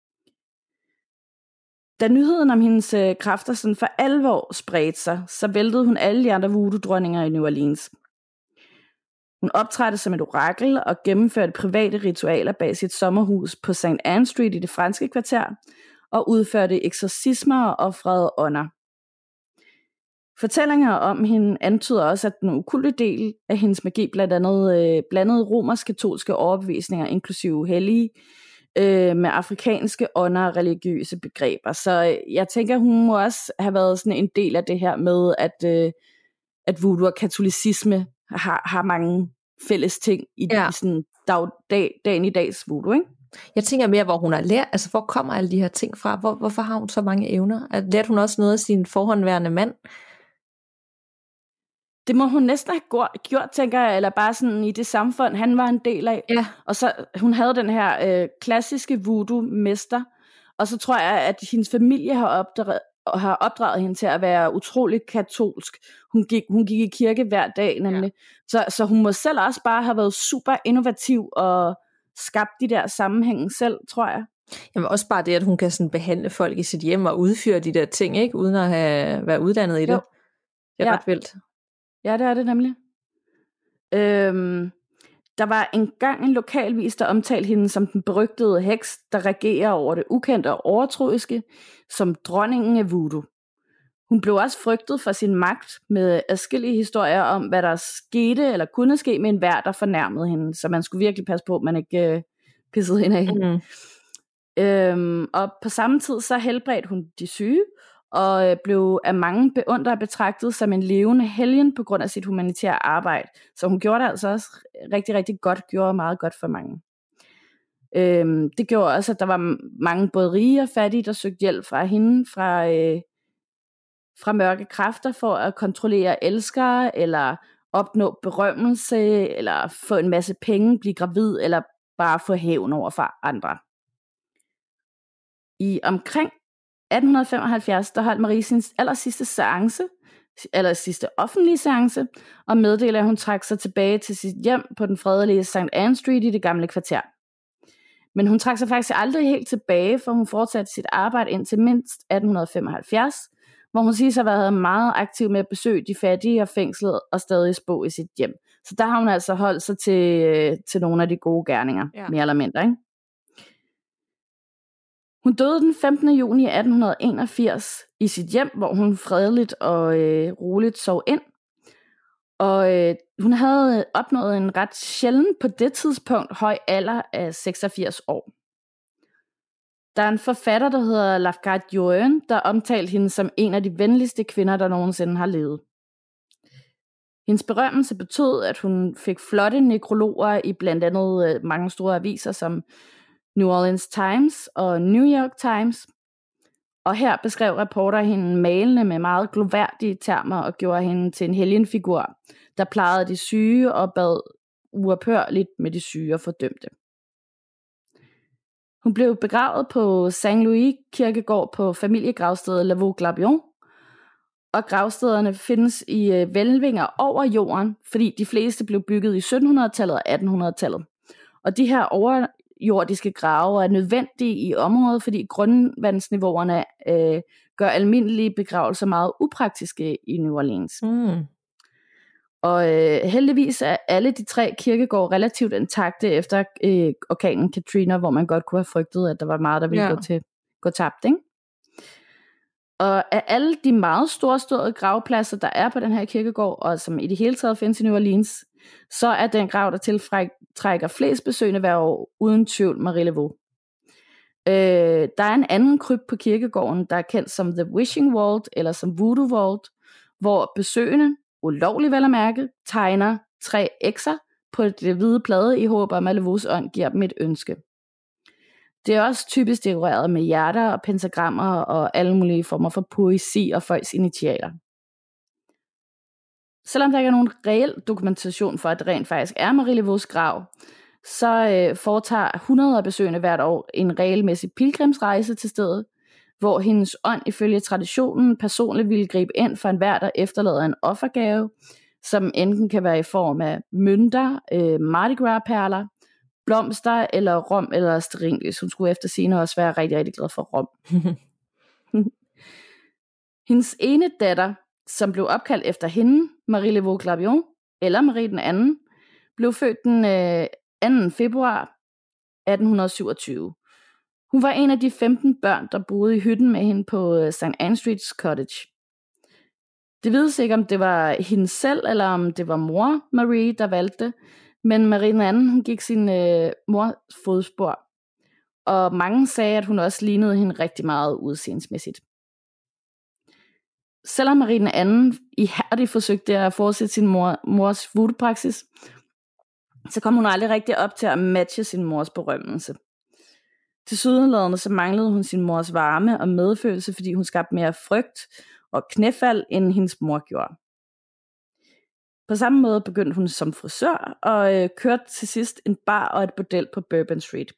Da nyheden om hendes kræfter sådan for alvor spredte sig, så væltede hun alle de andre voodoo-dronninger i New Orleans. Hun optrådte som et orakel og gennemførte private ritualer bag sit sommerhus på St. Anne Street i det franske kvarter, og udførte eksorcismer og ofrede ånder. Fortællinger om hende antyder også, at den okulte del af hendes magi blandt andet blandede romersk-katolske overbevisninger, inklusive hellige, med afrikanske ånder og religiøse begreber. Så jeg tænker, hun må også have været sådan en del af det her med, at voodoo og katolicisme har mange fælles ting i sådan dagen i dags voodoo, ikke? Jeg tænker mere, hvor hun har lært, altså hvor kommer alle de her ting fra? Hvorfor har hun så mange evner? Lærte hun også noget af sin forhåndværende mand? Det må hun næsten have gjort, tænker jeg, eller bare sådan i det samfund, han var en del af. Ja. Og så hun havde den her klassiske voodoo-mester, og så tror jeg, at hendes familie har opdraget hende til at være utrolig katolsk. Hun gik i kirke hver dag, nemlig. Ja. Så hun må selv også bare have været super innovativ og skabt de der sammenhænge selv, tror jeg. Jamen også bare det, at hun kan sådan behandle folk i sit hjem og udføre de der ting, ikke? Uden at være uddannet i det. Jo. Det er ret vildt. Ja, det er det nemlig. Der var engang en lokalvis, der omtalte hende som den berygtede heks, der regerer over det ukendte og overtroiske, som dronningen af voodoo. Hun blev også frygtet for sin magt med adskillige historier om, hvad der skete eller kunne ske med enhver, der fornærmede hende. Så man skulle virkelig passe på, at man ikke pissede hende af. Og på samme tid så helbredte hun de syge, og blev af mange beundrere betragtet som en levende helgen på grund af sit humanitære arbejde. Så hun gjorde det altså også rigtig, rigtig godt, gjorde meget godt for mange. Det gjorde også, at der var mange både rige og fattige, der søgte hjælp fra hende, fra mørke kræfter for at kontrollere elskere, eller opnå berømmelse, eller få en masse penge, blive gravid, eller bare få hævn over for andre. I omkring 1875, der holdt Marie sin sidste offentlige seance, og meddelte, at hun trak sig tilbage til sit hjem på den fredelige St. Anne Street i det gamle kvarter. Men hun trak sig faktisk aldrig helt tilbage, for hun fortsatte sit arbejde indtil mindst 1875, hvor hun siger sig at have været meget aktiv med at besøge de fattige og fængslet og stadig spå i sit hjem. Så der har hun altså holdt sig til nogle af de gode gerninger, mere eller mindre, ikke? Hun døde den 15. juni 1881 i sit hjem, hvor hun fredeligt og roligt sov ind. Og Hun havde opnået en ret sjælden på det tidspunkt høj alder af 86 år. Der er en forfatter, der hedder Lafcadio Joen, der omtalte hende som en af de venligste kvinder, der nogensinde har levet. Hendes berømmelse betød, at hun fik flotte nekrologer i blandt andet mange store aviser som New Orleans Times og New York Times. Og her beskrev reporter hende malende med meget gloværdige termer og gjorde hende til en helgenfigur, der plejede de syge og bad uophørligt med de syge og fordømte. Hun blev begravet på Saint Louis kirkegård på familiegravstedet La Vaux-Glabion, og gravstederne findes i hvælvinger over jorden, fordi de fleste blev bygget i 1700-tallet og 1800-tallet. Og de her overjordiske grave er nødvendige i området, fordi grundvandsniveauerne gør almindelige begravelser meget upraktiske i New Orleans. Og heldigvis er alle de 3 kirkegårde relativt intakte efter orkanen Katrina, hvor man godt kunne have frygtet, at der var meget, der ville gå tabt, ikke? Og af alle de meget storståede gravpladser, der er på den her kirkegård, og som i det hele taget findes i New Orleans, så er den grav, der tiltrækker flest besøgende hver år, uden tvivl Marie Laveau. Der er en anden krypt på kirkegården, der er kendt som The Wishing Vault, eller som Voodoo Vault, hvor besøgende, ulovligt vel at mærke, tegner 3 X'er på det hvide plade i håb om, at Lavaux ånd giver dem et ønske. Det er også typisk dekoreret med hjerter og pentagrammer og alle mulige former for poesi og folks initialer. Selvom der ikke er nogen reel dokumentation for, at det rent faktisk er Marie Laveaux grav, så foretager 100 af besøgende hvert år en regelmæssig pilgrimsrejse til stedet, hvor hendes ånd ifølge traditionen personligt ville gribe ind for enhver, der efterlader en offergave, som enten kan være i form af mønter, Mardi Gras-perler, blomster eller rom eller stearinlys. Hun skulle efter sigende også være rigtig, rigtig glad for rom. Hendes ene datter, som blev opkaldt efter hende, Marie Laveau-Glabion, eller Marie den anden, blev født den 2. februar 1827. Hun var en af de 15 børn, der boede i hytten med hende på St. Anne Street's Cottage. Det vides ikke, om det var hende selv, eller om det var mor Marie, der valgte, men Marie den anden, hun gik sin mors fodspor, og mange sagde, at hun også lignede hende rigtig meget udseendsmæssigt. Selvom Marie den anden ihærdigt forsøgte at fortsætte sin mors voodoo-praksis, så kom hun aldrig rigtig op til at matche sin mors berømmelse. Tilsyneladende så manglede hun sin mors varme og medfølelse, fordi hun skabte mere frygt og knæfald, end hendes mor gjorde. På samme måde begyndte hun som frisør og kørte til sidst en bar og et bordel på Bourbon Street.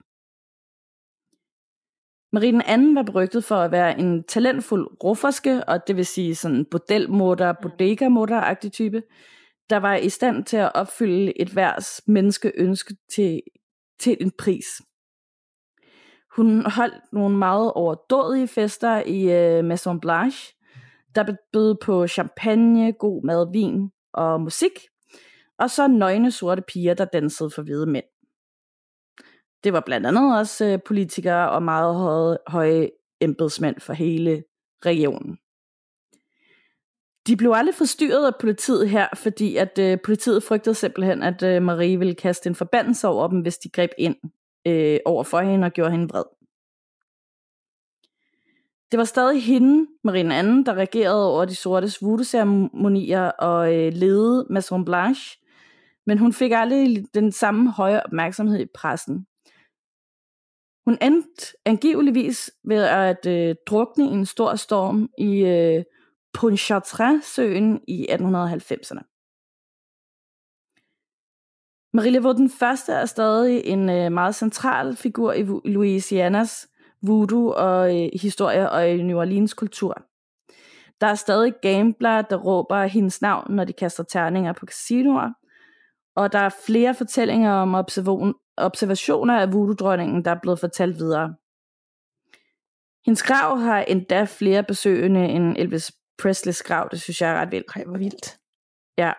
Marie den anden var berygtet for at være en talentfuld rufferske, og det vil sige sådan bordelmutter, bodega-mutter-agtig type, der var i stand til at opfylde et hver menneske ønske til en pris. Hun holdt nogle meget overdådige fester i Maison Blanche, der bød på champagne, god mad, vin og musik, og så nøgne sorte piger, der dansede for hvide mænd. Det var blandt andet også politikere og meget høje embedsmænd for hele regionen. De blev aldrig forstyrret af politiet her, fordi at politiet frygtede simpelthen, at Marie ville kaste en forbandelse over dem, hvis de greb ind over for hende og gjorde hende vred. Det var stadig hende, Marie den anden, der regerede over de sortes voodoo-ceremonier og ledede Maison Blanche, men hun fik aldrig den samme høje opmærksomhed i pressen. Hun endte angiveligvis ved at drukne i en stor storm i Pontchartrain-søen i 1890'erne. Marie Laveau den første er stadig en meget central figur i Louisianas voodoo og historie og i New Orleans kultur. Der er stadig gamblere, der råber hendes navn, når de kaster terninger på casinoer, og der er flere fortællinger om observationer af voodoo-dronningen, der er blevet fortalt videre. Hendes grav har endda flere besøgende end Elvis Presleys grav. Det synes jeg er ret vildt. Ej, hvor vildt. Ja.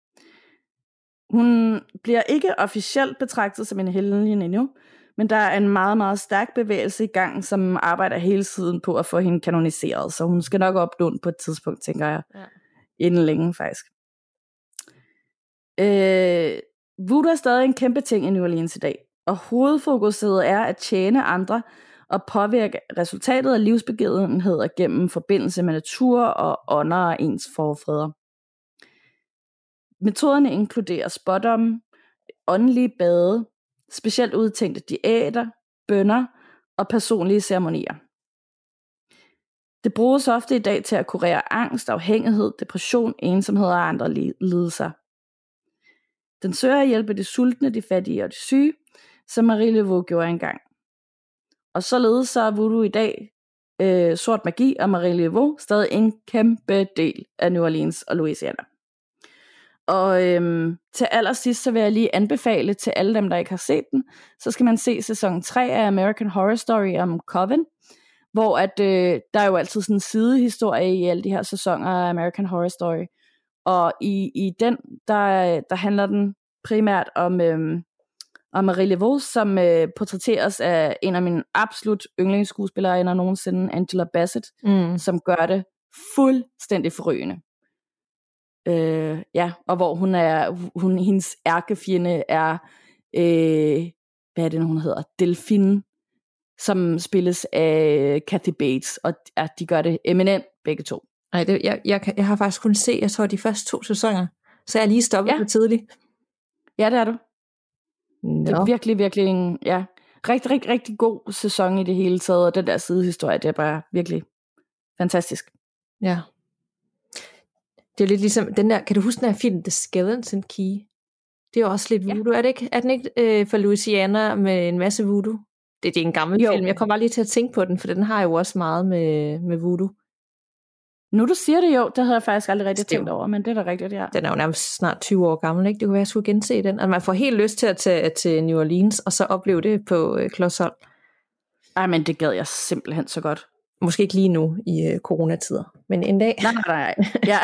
Hun bliver ikke officielt betragtet som en helgen endnu, men der er en meget, meget stærk bevægelse i gang, som arbejder hele tiden på at få hende kanoniseret. Så hun skal nok opnå den på et tidspunkt, tænker jeg. Ja. Inden længe, faktisk. Voodoo er stadig en kæmpe ting i New Orleans i dag, og hovedfokuset er at tjene andre og påvirke resultatet af livsbegivenheder gennem forbindelse med natur og ånder og ens forfædre. Metoderne inkluderer spådomme, åndelige bade, specielt udtænkte diæter, bønner og personlige ceremonier. Det bruges ofte i dag til at kurere angst, afhængighed, depression, ensomhed og andre lidelser. Den søger at hjælpe de sultne, de fattige og de syge, som Marie Laveau gjorde engang. Og således så er voodoo i dag, sort magi og Marie Laveau stadig en kæmpe del af New Orleans og Louisiana. Og til allersidst så vil jeg lige anbefale til alle dem, der ikke har set den, så skal man se sæson 3 af American Horror Story om Coven, hvor at, der er jo altid sådan en sidehistorie i alle de her sæsoner af American Horror Story. Og i den, der handler den primært om Marie Laveau, som portrætteres af en af mine absolut yndlingsskuespillere end nogensinde, Angela Bassett, som gør det fuldstændig forrygende. Og hvor hendes ærkefjende er, hvad er det nu, hun hedder? Delphine, som spilles af Kathy Bates, og de gør det eminent, begge to. Nej, jeg har faktisk kun set, jeg tror, de første 2 sæsoner, så jeg er lige stoppet for tidligt. Ja, det er du. Det er virkelig, virkelig en rigtig, rigtig, rigtig god sæson i det hele taget, og den der sidehistorie, det er bare virkelig fantastisk. Ja. Det er lidt ligesom den der, kan du huske den her film, The Skeleton Key? Det er også lidt voodoo, er det ikke? Er den ikke fra Louisiana med en masse voodoo? Det er en gammel film, jeg kommer bare lige til at tænke på den, for den har jo også meget med voodoo. Nu du siger det jo, det havde jeg faktisk aldrig rigtig tænkt over, men det er da rigtigt, ja. Den er jo nærmest snart 20 år gammel, ikke? Det kunne være, jeg skulle gense den. Altså man får helt lyst til at tage til New Orleans, og så opleve det på Klodsholm. Ej, men det gad jeg simpelthen så godt. Måske ikke lige nu i coronatider, men en dag. Nej. Ja.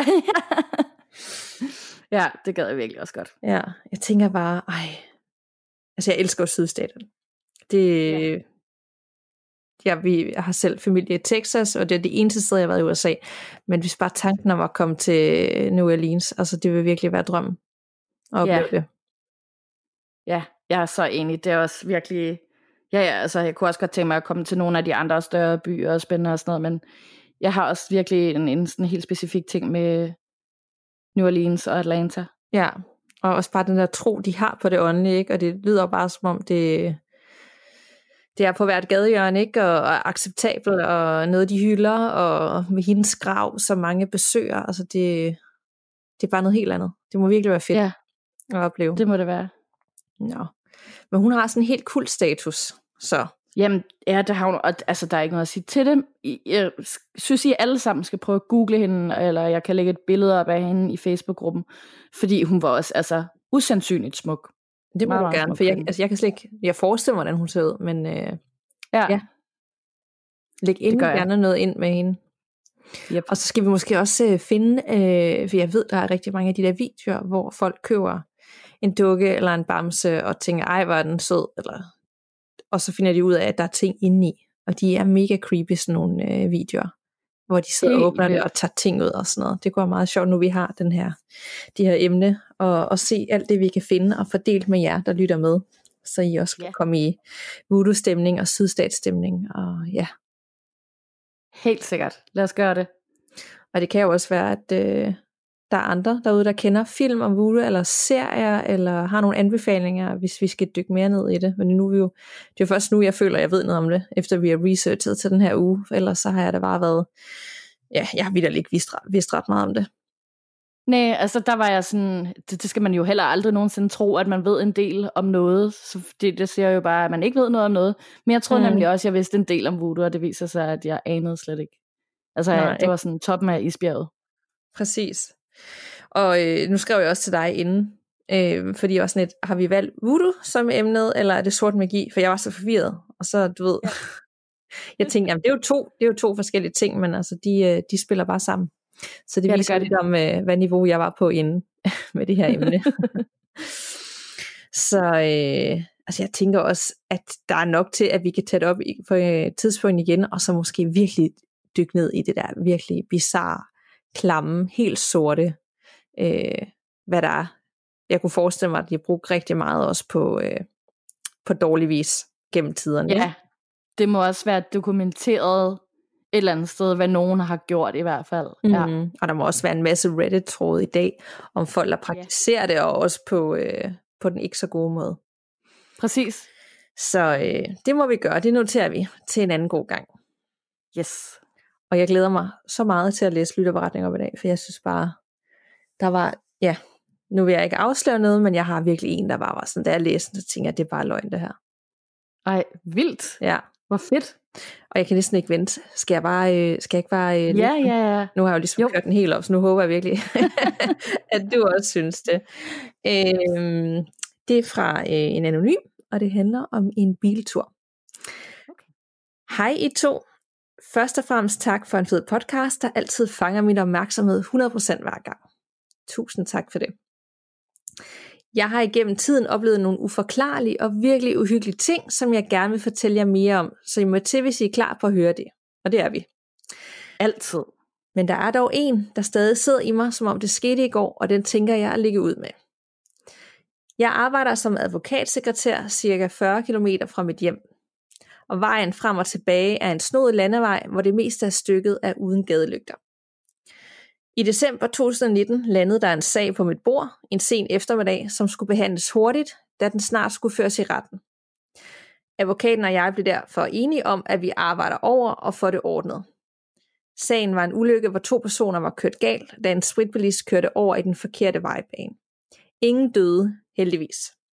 Ja, det gad jeg virkelig også godt. Ja, jeg tænker bare, altså jeg elsker jo sydstaterne. Det... Jeg har selv familie i Texas, og det er det eneste sted, jeg har været i USA. Men hvis bare tanken om at komme til New Orleans, altså det vil virkelig være drømmen at opleve det. Ja, jeg er så enig. Det er også virkelig... Ja, altså jeg kunne også godt tænke mig at komme til nogle af de andre større byer og spændende og sådan noget, men jeg har også virkelig en sådan helt specifik ting med New Orleans og Atlanta. Ja, og også bare den der tro, de har på det åndelige, ikke? Og det lyder bare som om det er på hvert gadehjørne, ikke? Og acceptabelt, og noget de hylder, og med hendes grav, så mange besøger, altså det er bare noget helt andet. Det må virkelig være fedt at opleve. Det må det være. Ja. Men hun har sådan en helt kult status, så. Jamen, ja, det har hun, altså der er ikke noget at sige til dem. Jeg synes, I alle sammen skal prøve at google hende, eller jeg kan lægge et billede op af hende i Facebook-gruppen, fordi hun var også, altså, usandsynligt smuk. Det må du gerne, for jeg kan slet ikke, jeg forestiller mig, hvordan hun ser ud, men læg gerne noget ind med hende. Yep. Og så skal vi måske også finde, for jeg ved, der er rigtig mange af de der videoer, hvor folk køber en dukke eller en bamse, og tænker, ej, hvor er den sød, og så finder de ud af, at der er ting inde i, og de er mega creepy, sådan nogle videoer, hvor de sidder og åbner det og tager ting ud og sådan noget. Det går meget sjovt, nu vi har det her emne, og se alt det, vi kan finde, og fordelt med jer, der lytter med, så I også kan komme i voodoo-stemning og sydstatsstemning, og ja. Helt sikkert. Lad os gøre det. Og det kan jo også være, at der er andre derude, der kender film om voodoo, eller serier, eller har nogle anbefalinger, hvis vi skal dykke mere ned i det. Men nu det er jo først nu, jeg føler, at jeg ved noget om det, efter vi har researchet til den her uge. Ellers så har jeg da bare været, jeg har vitterligt ikke vidst ret meget om det. Nej, altså der var jeg sådan, det skal man jo heller aldrig nogensinde tro, at man ved en del om noget. Så det siger jo bare, at man ikke ved noget om noget. Men jeg troede nemlig også, at jeg vidste en del om voodoo, og det viser sig, at jeg anede slet ikke. Altså det var sådan toppen af isbjerget. Præcis. Og nu skrev jeg også til dig inden, fordi jeg var sådan lidt, har vi valgt voodoo som emnet, eller er det sort magi? For jeg var så forvirret, og så du ved, jeg tænkte, jamen det er jo to forskellige ting, men altså de spiller bare sammen. Så det viser lidt om, hvad niveau jeg var på inden med det her emne. Så altså jeg tænker også, at der er nok til, at vi kan tage det op på et tidspunkt igen, og så måske virkelig dykke ned i det der virkelig bizarre, klamme, helt sorte, hvad der er jeg kunne forestille mig, at de har brugt rigtig meget også på dårlig vis gennem tiderne. Ja, det må også være dokumenteret et eller andet sted, hvad nogen har gjort i hvert fald. Ja. Og der må også være en masse Reddit-tråde i dag, om folk, der praktiserer det, og også på den ikke så gode måde. Præcis. Så det må vi gøre, det noterer vi til en anden god gang. Yes. Og jeg glæder mig så meget til at læse lytterberetninger op i dag, for jeg synes bare, der var, nu vil jeg ikke afsløre noget, men jeg har virkelig en, der bare var sådan, da jeg læste, så tænker jeg, det er bare løgn det her. Ej, vildt. Ja. Hvor fedt. Og jeg kan næsten ikke vente. Skal jeg ikke bare Ja. Nu har jeg jo ligesom kørt den helt op, så nu håber jeg virkelig, at du også synes det. Det er fra en anonym, og det handler om en biltur. Okay. Hej I to. Først og fremmest tak for en fed podcast, der altid fanger min opmærksomhed 100% hver gang. Tusind tak for det. Jeg har igennem tiden oplevet nogle uforklarlige og virkelig uhyggelige ting, som jeg gerne vil fortælle jer mere om, så I må til, hvis I er klar på at høre det. Og det er vi. Altid. Men der er dog en, der stadig sidder i mig, som om det skete i går, og den tænker jeg at lægge ud med. Jeg arbejder som advokatsekretær cirka 40 km fra mit hjem. Og vejen frem og tilbage er en snoet landevej, hvor det meste af stykket er uden gadelygter. I december 2019 landede der en sag på mit bord en sen eftermiddag, som skulle behandles hurtigt, da den snart skulle føres i retten. Advokaten og jeg blev derfor enige om, at vi arbejder over og får det ordnet. Sagen var en ulykke, hvor 2 personer var kørt galt, da en spritbilist kørte over i den forkerte vejbane. Ingen døde, heldigvis.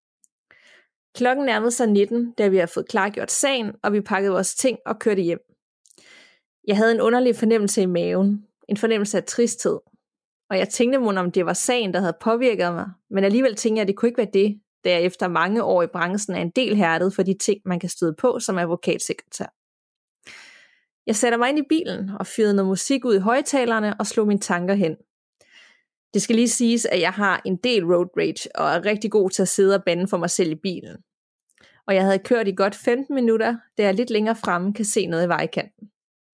Klokken nærmede sig 19, da vi havde fået klargjort sagen, og vi pakkede vores ting og kørte hjem. Jeg havde en underlig fornemmelse i maven. En fornemmelse af tristhed. Og jeg tænkte mon, om det var sagen, der havde påvirket mig. Men alligevel tænkte jeg, at det kunne ikke være det, da jeg efter mange år i branchen er en del hærdet for de ting, man kan støde på som advokatsekretær. Jeg satte mig ind i bilen og fyrede noget musik ud i højtalerne og slog mine tanker hen. Det skal lige siges, at jeg har en del road rage og er rigtig god til at sidde og bande for mig selv i bilen. Og jeg havde kørt i godt 15 minutter, da jeg lidt længere fremme kan se noget i vejkanten.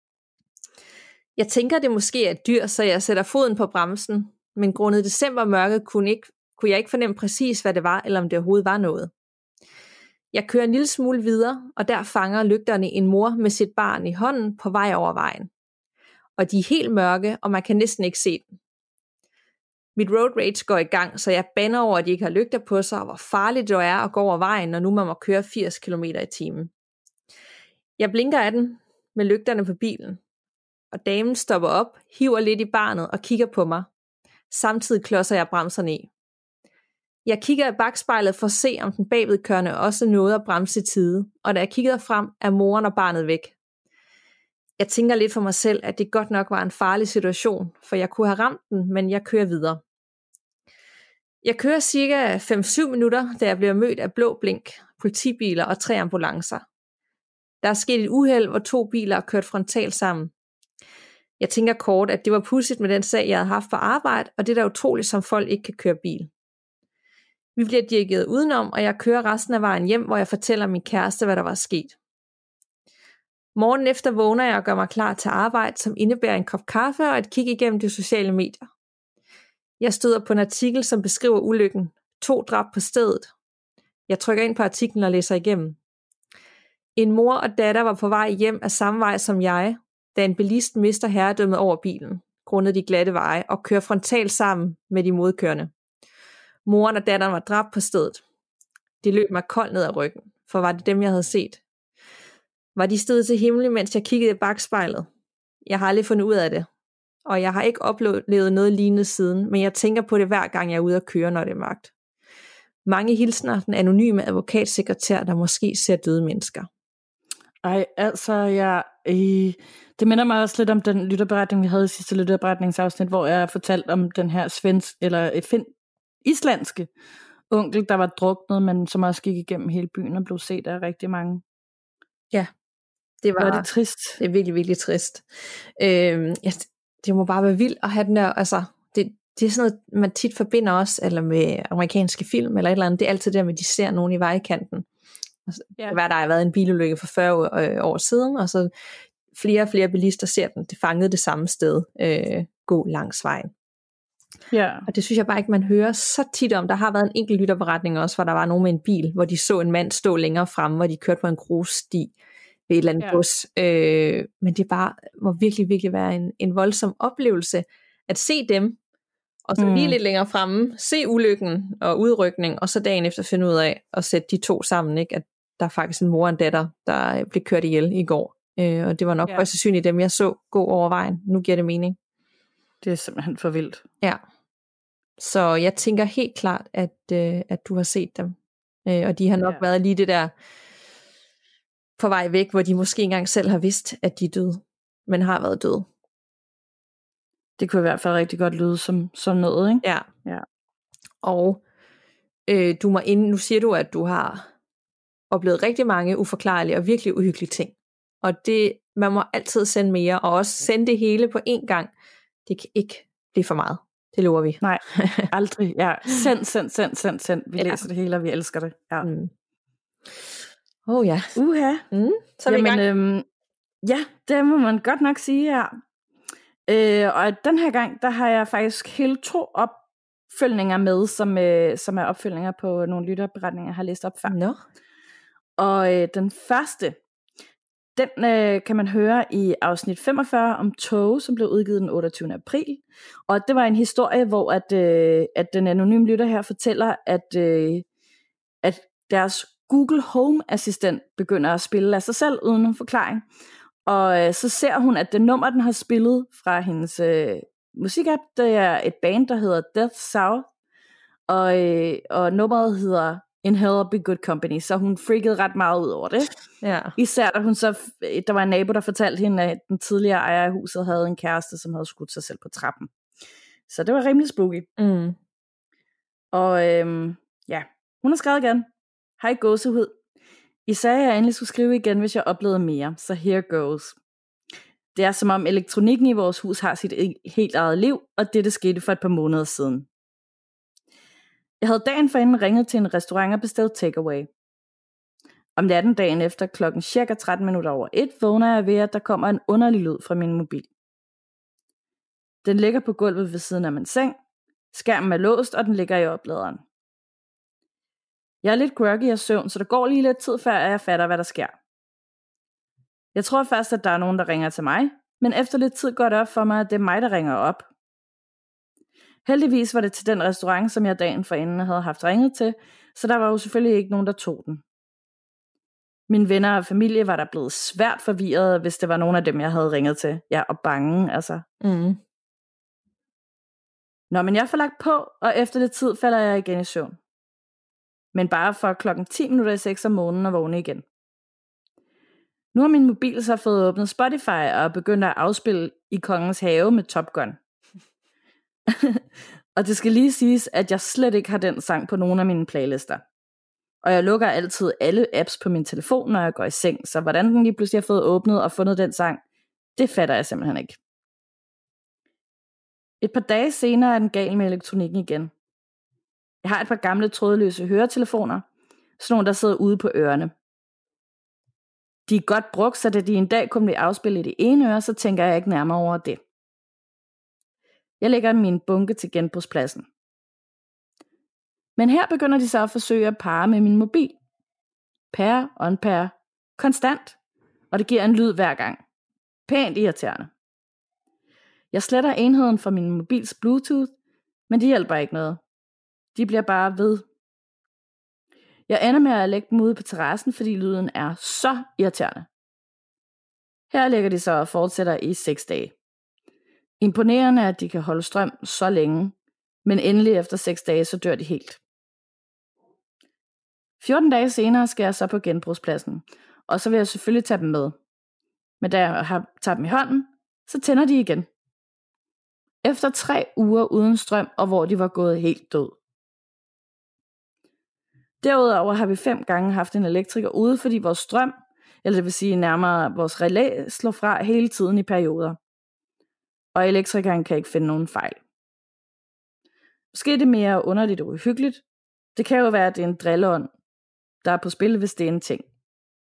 Jeg tænker, det måske er et dyr, så jeg sætter foden på bremsen, men grundet decembermørket kunne jeg ikke fornemme præcis, hvad det var, eller om det overhovedet var noget. Jeg kører en lille smule videre, og der fanger lygterne en mor med sit barn i hånden på vej over vejen. Og de er helt mørke, og man kan næsten ikke se dem. Mit road rage går i gang, så jeg bander over, at de ikke har lygter på sig, og hvor farligt det er at gå over vejen, når nu man må køre 80 km i timen. Jeg blinker af den med lygterne på bilen. Og damen stopper op, hiver lidt i barnet og kigger på mig. Samtidig klodser jeg bremserne i. Jeg kigger i bakspejlet for at se, om den bagvedkørende også nåede at bremse i tide, og da jeg kigger frem, er moren og barnet væk. Jeg tænker lidt for mig selv, at det godt nok var en farlig situation, for jeg kunne have ramt den, men jeg kører videre. Jeg kører cirka 5-7 minutter, da jeg bliver mødt af blå blink, politibiler og 3 ambulancer. Der er sket et uheld, hvor 2 biler er kørt frontalt sammen. Jeg tænker kort, at det var pudsigt med den sag, jeg havde haft på arbejde, og det er da utroligt, som folk ikke kan køre bil. Vi bliver dirigeret udenom, og jeg kører resten af vejen hjem, hvor jeg fortæller min kæreste, hvad der var sket. Morgen efter vågner jeg og gør mig klar til arbejde, som indebærer en kop kaffe og et kig igennem de sociale medier. Jeg støder på en artikel, som beskriver ulykken. 2 dræbt på stedet. Jeg trykker ind på artiklen og læser igennem. En mor og datter var på vej hjem af samme vej som jeg, da en bilist mister herredømmet over bilen, grundet de glatte veje, og kører frontalt sammen med de modkørende. Moren og datteren var dræbt på stedet. De løb mig koldt ned ad ryggen, for var det dem, jeg havde set? Var de steget til himlen, mens jeg kiggede i bakspejlet? Jeg har aldrig fundet ud af det, og jeg har ikke oplevet noget lignende siden, men jeg tænker på det hver gang jeg er ude at køre, når det er mørkt. Mange hilsner den anonyme advokatsekretær, der måske ser døde mennesker. Ej, altså, det minder mig også lidt om den lytterberetning, vi havde i sidste lytterberetningsafsnit, hvor jeg fortalte om den her islandske onkel, der var druknet, men som også gik igennem hele byen og blev set af rigtig mange. Ja, var det trist. Det er virkelig, virkelig trist. Det må bare være vildt at have den der, altså, det er sådan noget, man tit forbinder også, eller med amerikanske film, eller et eller andet, det er altid der med, de ser nogen i vejkanten. Ja. Der har været en bilulykke for 40 år siden, og så flere og flere bilister ser den. Det fangede det samme sted, gå langs vejen. Ja. Og det synes jeg bare ikke, man hører så tit om. Der har været en enkelt lytterberetning også, hvor der var nogen med en bil, hvor de så en mand stå længere fremme, hvor de kørte på en grussti ved et eller andet bus. Men det bare må virkelig, virkelig være en voldsom oplevelse at se dem, og så lige lidt længere fremme, se ulykken og udrykning, og så dagen efter finde ud af at sætte de to sammen, ikke? At der er faktisk en mor og en datter, der blev kørt ihjel i går. Og det var nok højst sandsynligt dem, jeg så gå over vejen. Nu giver det mening. Det er simpelthen for vildt. Ja. Så jeg tænker helt klart, at du har set dem. Og de har nok været lige det der på vej væk, hvor de måske engang selv har vidst, at de er døde, men har været døde. Det kunne i hvert fald rigtig godt lyde som noget, ikke? Ja. Og du må nu siger du, at du har oplevet rigtig mange uforklarlige og virkelig uhyggelige ting. Og man må altid sende mere, og også sende det hele på én gang. Det kan ikke blive for meget. Det lover vi. Nej, aldrig. Ja. Send. Vi læser det hele, og vi elsker det. Ja. Ja. Så er vi i gang. Ja, det må man godt nok sige, ja. Og den her gang, der har jeg faktisk hele 2 opfølgninger med, som er opfølgninger på nogle lytterberetninger, jeg har læst op før. No. Og den første, den kan man høre i afsnit 45 om tog, som blev udgivet den 28. april. Og det var en historie, hvor at den anonyme lytter her fortæller, at deres Google Home-assistent begynder at spille af sig selv uden en forklaring. Og så ser hun, at det nummer, den har spillet fra hendes musikapp, det er et band, der hedder Death South. Og nummeret hedder In Hell Be Good Company, så hun freakede ret meget ud over det. Ja. Især da der var en nabo, der fortalte hende, at den tidligere ejer af huset havde en kæreste, som havde skudt sig selv på trappen. Så det var rimelig spooky. Og hun har skrevet igen. Hej gåsehud. I sagde, at jeg endelig skulle skrive igen, hvis jeg oplevede mere, så here goes. Det er som om elektronikken i vores hus har sit helt eget liv, og det skete for et par måneder siden. Jeg havde dagen forinden ringet til en restaurant og bestilt takeaway. Om natten dagen efter klokken cirka 1:13 vågner jeg ved, at der kommer en underlig lyd fra min mobil. Den ligger på gulvet ved siden af min seng, skærmen er låst, og den ligger i opladeren. Jeg er lidt groggy af søvn, så der går lige lidt tid, før jeg fatter, hvad der sker. Jeg tror først, at der er nogen, der ringer til mig, men efter lidt tid går det op for mig, at det er mig, der ringer op. Heldigvis var det til den restaurant, som jeg dagen forinden havde haft ringet til, så der var jo selvfølgelig ikke nogen, der tog den. Mine venner og familie var der blevet svært forvirret, hvis det var nogen af dem, jeg havde ringet til. Ja, og bange, altså. Nå, men jeg får lagt på, og efter lidt tid falder jeg igen i søvn. Men bare for klokken 6:10 om morgenen og vågne igen. Nu har min mobil så fået åbnet Spotify og begyndt at afspille I Kongens Have med Top Gun. Og det skal lige siges, at jeg slet ikke har den sang på nogen af mine playlister. Og jeg lukker altid alle apps på min telefon, når jeg går i seng, så hvordan den lige pludselig har fået åbnet og fundet den sang, det fatter jeg simpelthen ikke. Et par dage senere er den gal med elektronikken igen. Jeg har et par gamle trådløse høretelefoner, sådan nogle, der sidder ude på ørerne. De er godt brugt, så da de en dag kunne blive afspillet i det ene øre, så tænker jeg ikke nærmere over det. Jeg lægger min bunke til genbrugspladsen. Men her begynder de så at forsøge at parre med min mobil. Pair, unpair, konstant, og det giver en lyd hver gang. Pænt irriterende. Jeg sletter enheden fra min mobils Bluetooth, men det hjælper ikke noget. De bliver bare ved. Jeg ender med at lægge dem ude på terrassen, fordi lyden er så irriterende. Her ligger de så og fortsætter i 6 dage. Imponerende, at de kan holde strøm så længe, men endelig efter 6 dage, så dør de helt. 14 dage senere skal jeg så på genbrugspladsen, og så vil jeg selvfølgelig tage dem med. Men da jeg har taget dem i hånden, så tænder de igen. Efter 3 uger uden strøm, og hvor de var gået helt død. Derudover har vi 5 gange haft en elektriker ude, fordi vores strøm, eller det vil sige nærmere vores relæ, slår fra hele tiden i perioder. Og elektrikeren kan ikke finde nogen fejl. Måske er det mere underligt og uhyggeligt. Det kan jo være, at det er en drilleånd, der er på spil, hvis det er en ting.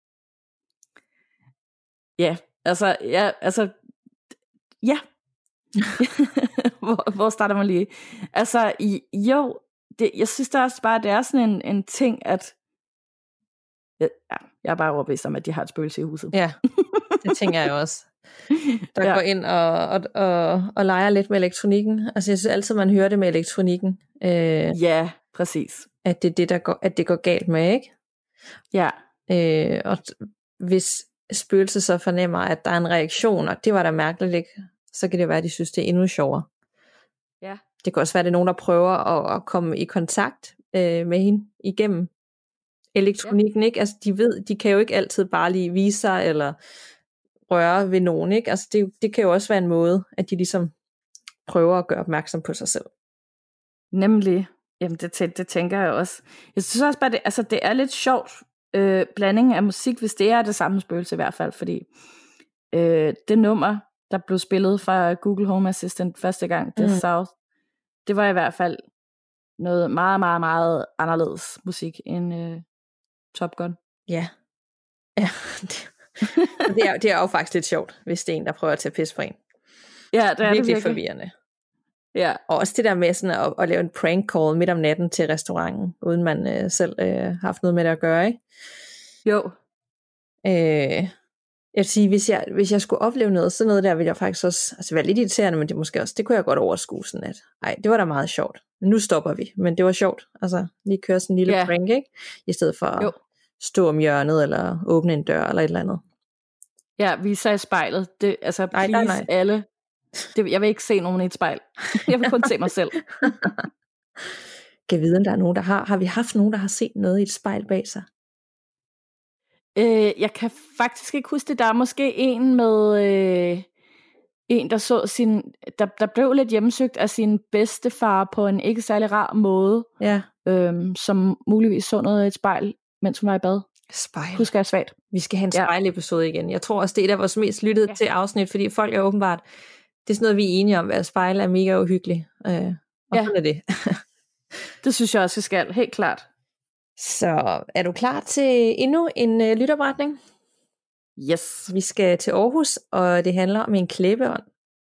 Ja. Hvor starter man lige? Altså, jeg synes da også bare, det er sådan en ting, at jeg er bare overbevist om, at de har et spøgelse i huset. Ja, det tænker jeg også. Der går ind og leger lidt med elektronikken. Altså jeg synes altid, man hører det med elektronikken. Ja, præcis. At det er det, at det går galt med, ikke? Ja. Og hvis spøgelser så fornemmer, at der er en reaktion, og det var da mærkeligt, ikke? Så kan det være, at de synes, det er endnu sjovere. Ja. Det kan også være, at det er nogen, der prøver at komme i kontakt med hende igennem elektronikken, ikke? Altså de kan jo ikke altid bare lige vise sig, eller røre ved nogen, ikke? Altså det kan jo også være en måde, at de ligesom prøver at gøre opmærksom på sig selv. Nemlig. Jamen det tænker jeg også. Jeg synes også bare, det er lidt sjovt blanding af musik, hvis det er det samme spøgelse i hvert fald, fordi det nummer, der blev spillet fra Google Home Assistant første gang, The South, det var i hvert fald noget meget, meget, meget anderledes musik end Top Gun. Ja. Det er jo faktisk lidt sjovt, hvis det er en, der prøver at tage pis på en. Ja, det er virkelig det forvirrende. Ja. Og også det der med sådan at lave en prank call midt om natten til restauranten, uden man selv har haft noget med det at gøre, ikke? Jo. Jeg vil sige, hvis jeg skulle opleve noget, sådan noget der, ville jeg faktisk også være lidt irriterende, men det kunne jeg godt overskue sådan at, det var da meget sjovt. Nu stopper vi, men det var sjovt. Altså, lige køre sådan en lille prank, ikke? I stedet for at stå om hjørnet, eller åbne en dør, eller et eller andet. Ja, vise sig i spejlet. Nej. Alle. Jeg vil ikke se nogen i et spejl. Jeg vil kun se mig selv. Kan vide, om der er nogen, der har vi haft nogen, der har set noget i et spejl bag sig? Jeg kan faktisk ikke huske det. Der er måske en med en, der så der blev lidt hjemsøgt af sin bedstefar på en ikke særlig rar måde. Ja. Som muligvis så noget i et spejl, mens hun var i bad. Spejl. Husker jeg svagt. Vi skal have en spejlepisode igen. Jeg tror også, det er et af vores mest lyttede til afsnit, fordi folk er åbenbart, det er sådan noget, vi er enige om, at spejle er mega uhyggeligt. Og sådan er det. Det synes jeg også, vi skal. Helt klart. Så er du klar til endnu en lytopretning? Yes. Vi skal til Aarhus, og det handler om en klæbeånd.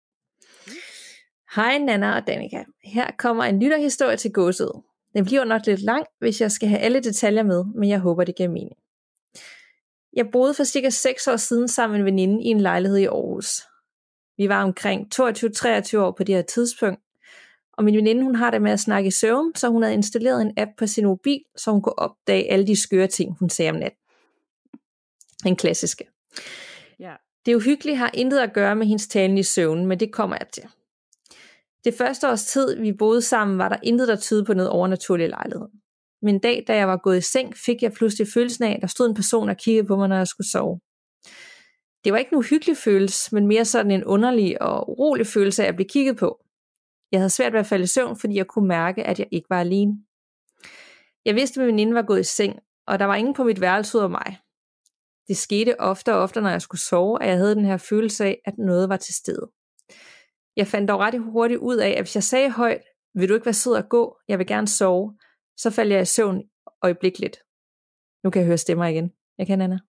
Hej Nana og Danika. Her kommer en lytterhistorie til gåsød. Den bliver nok lidt lang, hvis jeg skal have alle detaljer med, men jeg håber, det giver mening. Jeg boede for cirka 6 år siden sammen med en veninde i en lejlighed i Aarhus. Vi var omkring 22-23 år på det her tidspunkt, og min veninde, hun har det med at snakke i søvn, så hun havde installeret en app på sin mobil, så hun kunne opdage alle de skøre ting, hun sagde om natten. En klassiske. Ja. Det uhyggelige har intet at gøre med hendes talen i søvn, men det kommer jeg til. Det første års tid, vi boede sammen, var der intet, der tydede på noget overnaturligt i lejligheden. Men en dag, da jeg var gået i seng, fik jeg pludselig følelsen af, at der stod en person og kiggede på mig, når jeg skulle sove. Det var ikke en uhyggelig følelse, men mere sådan en underlig og urolig følelse af at blive kigget på. Jeg havde svært ved at falde i søvn, fordi jeg kunne mærke, at jeg ikke var alene. Jeg vidste, at min veninde var gået i seng, og der var ingen på mit værelse ud af mig. Det skete ofte og ofte, når jeg skulle sove, at jeg havde den her følelse af, at noget var til stede. Jeg fandt dog ret hurtigt ud af, at hvis jeg sagde højt, vil du ikke være sød at gå, jeg vil gerne sove, så faldt jeg i søvn øjeblikkeligt. Nu kan jeg høre stemmer igen. Jeg kan, Anna.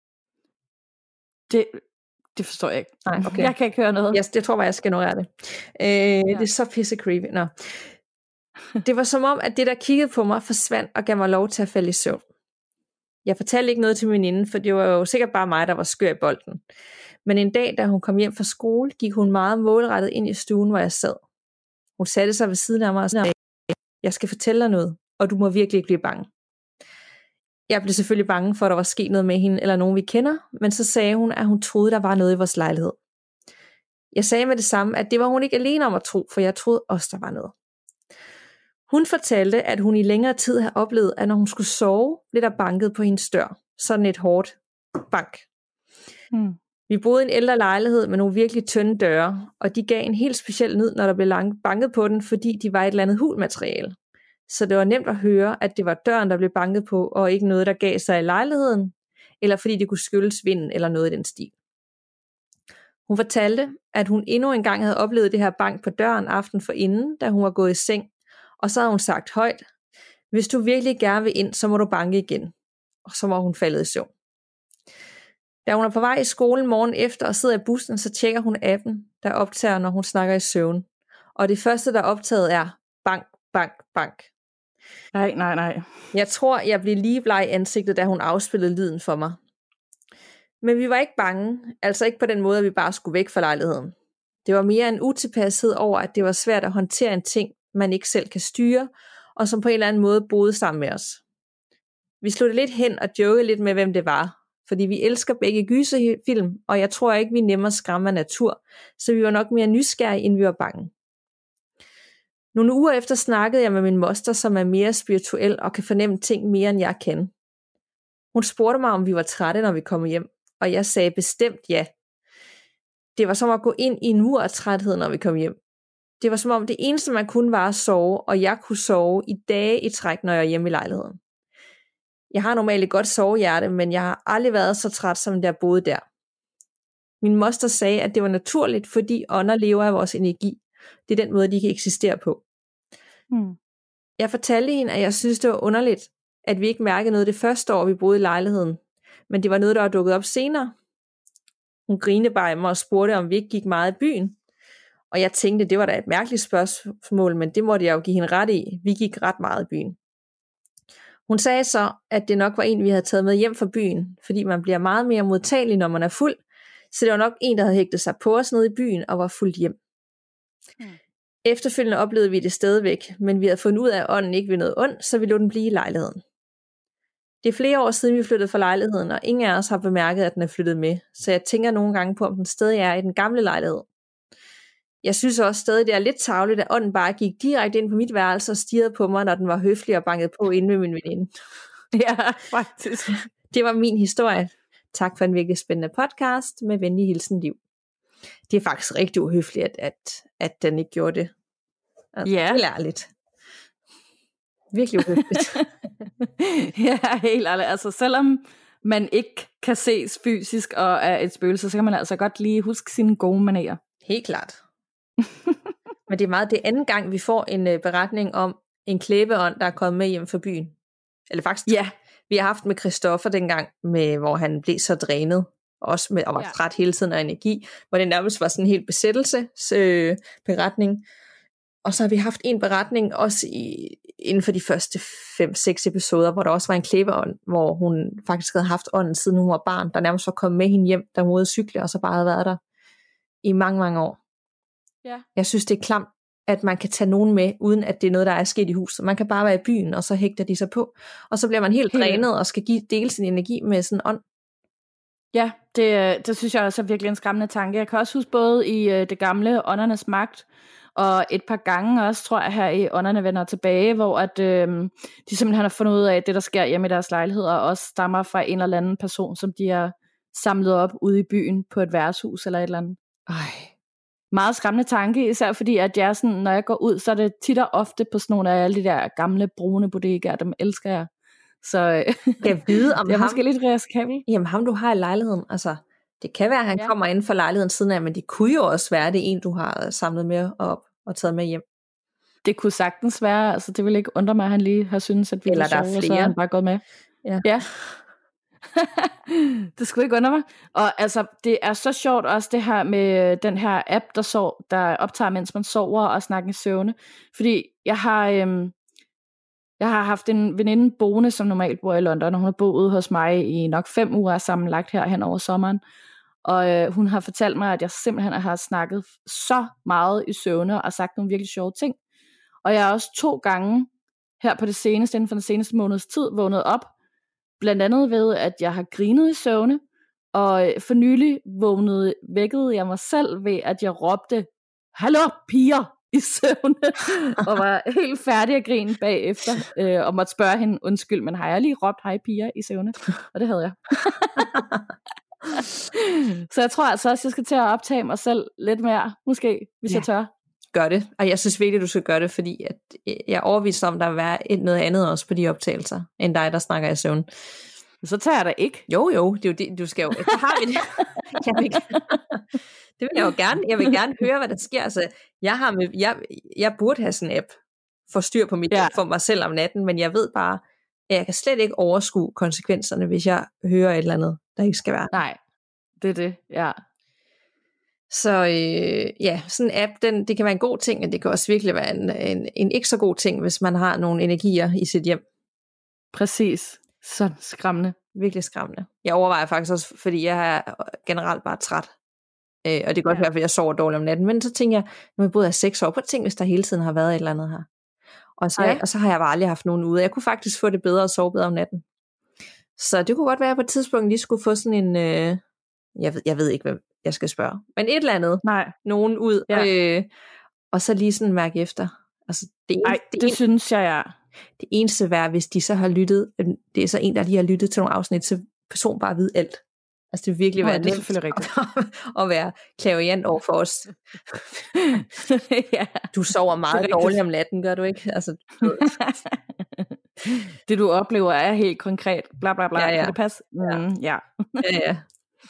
Det forstår jeg ikke. Nej, okay. Jeg kan ikke høre noget. Jeg tror bare, jeg skal ignorere det. Det er så pisse creepy. Nå. Det var som om, at det, der kiggede på mig, forsvandt og gav mig lov til at falde i søvn. Jeg fortalte ikke noget til min veninde, for det var jo sikkert bare mig, der var skør i bolden. Men en dag, da hun kom hjem fra skole, gik hun meget målrettet ind i stuen, hvor jeg sad. Hun satte sig ved siden af mig og sagde, jeg skal fortælle dig noget, og du må virkelig ikke blive bange. Jeg blev selvfølgelig bange for, at der var sket noget med hende, eller nogen vi kender, men så sagde hun, at hun troede, der var noget i vores lejlighed. Jeg sagde med det samme, at det var hun ikke alene om at tro, for jeg troede også, der var noget. Hun fortalte, at hun i længere tid havde oplevet, at når hun skulle sove, blev der banket på hendes dør. Sådan et hårdt bank. Vi boede i en ældre lejlighed med nogle virkelig tynde døre, og de gav en helt speciel lyd, når der blev banket på den, fordi de var et eller andet hulmateriale. Så det var nemt at høre, at det var døren, der blev banket på, og ikke noget, der gav sig i lejligheden, eller fordi det kunne skyldes vinden eller noget i den stil. Hun fortalte, at hun endnu engang havde oplevet det her bank på døren aften forinden, da hun var gået i seng, og så havde hun sagt højt, hvis du virkelig gerne vil ind, så må du banke igen. Og så var hun faldet i søvn. Da hun er på vej i skolen morgen efter og sidder i bussen, så tjekker hun appen, der optager, når hun snakker i søvn. Og det første, der er optaget, er bank, bank, bank. Nej. Jeg tror, jeg blev lige bleg i ansigtet, da hun afspillede lyden for mig. Men vi var ikke bange, altså ikke på den måde, at vi bare skulle væk fra lejligheden. Det var mere en utilpashed over, at det var svært at håndtere en ting, man ikke selv kan styre, og som på en eller anden måde boede sammen med os. Vi slog det lidt hen og jokede lidt med, hvem det var, fordi vi elsker begge gyserfilm, og jeg tror ikke, vi nemmere skræmmer natur, så vi var nok mere nysgerrige, end vi var bange. Nogle uger efter snakkede jeg med min moster, som er mere spirituel og kan fornemme ting mere, end jeg kan. Hun spurgte mig, om vi var trætte, når vi kom hjem, og jeg sagde bestemt ja. Det var som at gå ind i en mur af træthed, når vi kom hjem. Det var som om det eneste, man kunne, var at sove, og jeg kunne sove i dage i træk, når jeg er hjemme i lejligheden. Jeg har normalt et godt sovehjerte, men jeg har aldrig været så træt, som da jeg boede der. Min moster sagde, at det var naturligt, fordi ånder lever af vores energi. Det er den måde, de kan eksistere på. Jeg fortalte hende, at jeg synes, det var underligt, at vi ikke mærkede noget det første år, vi boede i lejligheden. Men det var noget, der var dukket op senere. Hun grinede bare af mig og spurgte, om vi ikke gik meget i byen. Og jeg tænkte, det var da et mærkeligt spørgsmål, men det måtte jeg jo give hende ret i. Vi gik ret meget i byen. Hun sagde så, at det nok var en, vi havde taget med hjem fra byen, fordi man bliver meget mere modtagelig, når man er fuld. Så det var nok en, der havde hægtet sig på os nede i byen og var fuldt hjem. Efterfølgende oplevede vi det stadigvæk, men vi havde fundet ud af, at ånden ikke ville noget ondt, så vi lod den blive i lejligheden. Det er flere år siden, vi flyttede fra lejligheden, og ingen af os har bemærket, at den er flyttet med, så jeg tænker nogle gange på, om den stadig er i den gamle lejlighed. Jeg synes også stadig, det er lidt tarveligt, at ånden bare gik direkte ind på mit værelse og stirrede på mig, når den var høflig og bankede på inde med min veninde. Ja, faktisk. Det var min historie. Tak for en virkelig spændende podcast. Med venlig hilsen, Liv. Det er faktisk rigtig uhøfligt, at den ikke gjorde det. Altså, ja. Helt ærligt. Virkelig uhøfligt. Ja, helt ærligt. Altså selvom man ikke kan ses fysisk og er et spøgelse, så kan man altså godt lige huske sine gode manerer. Helt klart. Men det er meget det anden gang, vi får en beretning om en klæbeånd, der er kommet med hjem fra byen. Eller faktisk, ja. Vi har haft med Christoffer dengang, hvor han blev så drænet, også med, og var træt hele tiden af energi, hvor det nærmest var sådan en helt besættelsesberetning. Og så har vi haft en beretning også inden for de første 5-6 episoder, hvor der også var en klæbeånd, hvor hun faktisk havde haft ånden, siden hun var barn, der nærmest var kommet med hende hjem, der hun ude at cykle, og så bare havde været der i mange, mange år. Ja. Jeg synes, det er klamt, at man kan tage nogen med, uden at det er noget, der er sket i huset. Man kan bare være i byen, og så hægter de sig på, og så bliver man helt drænet, og skal dele sin energi med sådan en ånd. Ja, det synes jeg også er virkelig en skræmmende tanke. Jeg kan også huske både i det gamle Åndernes Magt, og et par gange også, tror jeg, her i Ånderne vender tilbage, hvor at, de simpelthen har fundet ud af, at det, der sker hjemme i deres lejligheder, også stammer fra en eller anden person, som de har samlet op ude i byen på et værtshus eller et eller andet. Meget skræmmende tanke, især fordi, at jeg sådan, når jeg går ud, så er det tit og ofte på sådan nogle af alle de der gamle brune bodegaer, dem elsker jeg. Så jeg vide om det er ham, måske lidt risikabelt. Jamen ham, du har i lejligheden, altså det kan være, at han kommer inden for lejligheden siden af, men det kunne jo også være, det en, du har samlet med op og taget med hjem. Det kunne sagtens være, altså det ville ikke undre mig, at han lige har syntes, at vi eller var der sjove, er og så har han bare gået med. Ja. Det skulle ikke undre mig. Og altså, det er så sjovt også det her med den her app, der optager, mens man sover og snakker i søvne. Fordi jeg har haft en veninde boende, som normalt bor i London, og hun har boet hos mig i nok 5 uger sammenlagt her hen over sommeren. Og hun har fortalt mig, at jeg simpelthen har snakket så meget i søvne og sagt nogle virkelig sjove ting. Og jeg har også 2 gange her på det seneste, inden for den seneste måneds tid, vågnet op. Blandt andet ved, at jeg har grinet i søvne. Og for nylig vækkede jeg mig selv ved, at jeg råbte, "Hallo piger!" i søvne. Og var helt færdig at grine bagefter. Og måtte spørge hende, undskyld, men har jeg lige råbt hej piger i søvne? Og det havde jeg. Så jeg tror altså også, jeg skal til at optage mig selv lidt mere, måske, hvis jeg tør. Gør det, og jeg synes virkelig, du skal gøre det, fordi at jeg er overbevist om, der vil være noget andet også på de optagelser, end dig, der snakker i søvn. Så tager jeg da ikke. Jo, det er jo det, du skal jo. Så har vi det. Det vil jeg jo gerne. Jeg vil gerne høre, hvad der sker. Altså, jeg burde have sådan en app for styr på for mig selv om natten, men jeg ved bare, at jeg kan slet ikke overskue konsekvenserne, hvis jeg hører et eller andet, der ikke skal være. Nej, Det er det, ja. Så ja, sådan en app, det kan være en god ting, men det kan også virkelig være en ikke så god ting, hvis man har nogle energier i sit hjem. Præcis. Så skræmmende. Virkelig skræmmende. Jeg overvejer faktisk også, fordi jeg er generelt bare træt. Og det kan godt være, fordi jeg sover dårligt om natten. Men så tænker jeg, nu har jeg boet 6 år på ting, hvis der hele tiden har været et eller andet her. Og så har jeg bare aldrig haft nogen ude. Jeg kunne faktisk få det bedre og sove bedre om natten. Så det kunne godt være, at jeg på et tidspunkt lige skulle få sådan en... jeg ved ikke, hvad jeg skal spørge. Men et eller andet. Nej. Nogen ud. Ja. Og så lige sådan mærke efter. Altså, det synes jeg er. Det eneste er, hvis de så har lyttet, det er så en, der lige har lyttet til nogle afsnit, så person bare ved alt. Altså det vil virkelig være nemt at være klaverjant over for os. Ja. Du sover meget dårligt om natten, gør du ikke? Altså, det du oplever er helt konkret. Bla bla bla. Ja. Kan det passe? Ja. Ja.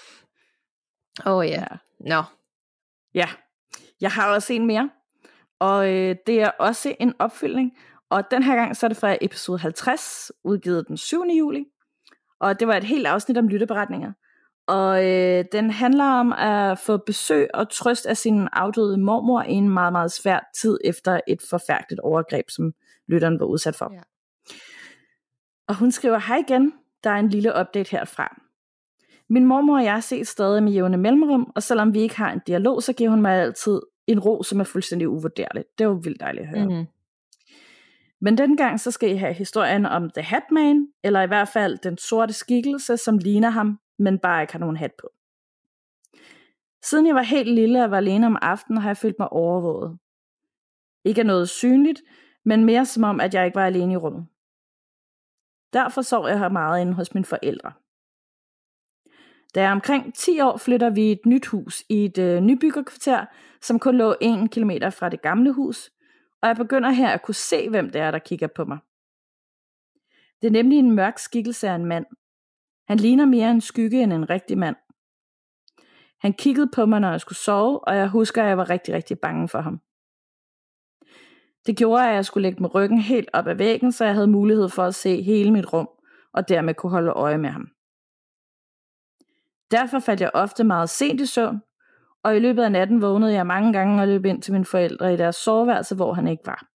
Ja. Nå. Ja. Jeg har også en mere. Og det er også en opfølgning. Og den her gang så er det fra episode 50, udgivet den 7. juli. Og det var et helt afsnit om lytteberetninger. Og den handler om at få besøg og trøst af sin afdøde mormor i en meget, meget svær tid efter et forfærdeligt overgreb, som lytteren var udsat for. Ja. Og hun skriver, hej igen, der er en lille update herfra. Min mormor og jeg ses stadig med jævne mellemrum, og selvom vi ikke har en dialog, så giver hun mig altid en ro, som er fuldstændig uvurderligt. Det var vildt dejligt at høre. Mm-hmm. Men dengang så skal I have historien om The Hat Man, eller i hvert fald den sorte skikkelse, som ligner ham, men bare ikke har nogen hat på. Siden jeg var helt lille og var alene om aftenen, har jeg følt mig overvåget. Ikke noget synligt, men mere som om, at jeg ikke var alene i rummet. Derfor sov jeg her meget inde hos mine forældre. Da jeg omkring 10 år flytter vi i et nyt hus i et nybyggerkvarter, som kun lå 1 kilometer fra det gamle hus, og jeg begynder her at kunne se, hvem det er, der kigger på mig. Det er nemlig en mørk skikkelse af en mand. Han ligner mere en skygge end en rigtig mand. Han kiggede på mig, når jeg skulle sove, og jeg husker, at jeg var rigtig, rigtig bange for ham. Det gjorde, at jeg skulle lægge med ryggen helt op ad væggen, så jeg havde mulighed for at se hele mit rum, og dermed kunne holde øje med ham. Derfor faldt jeg ofte meget sent i søvn, og i løbet af natten vågnede jeg mange gange og løb ind til mine forældre i deres soveværelse, hvor han ikke var.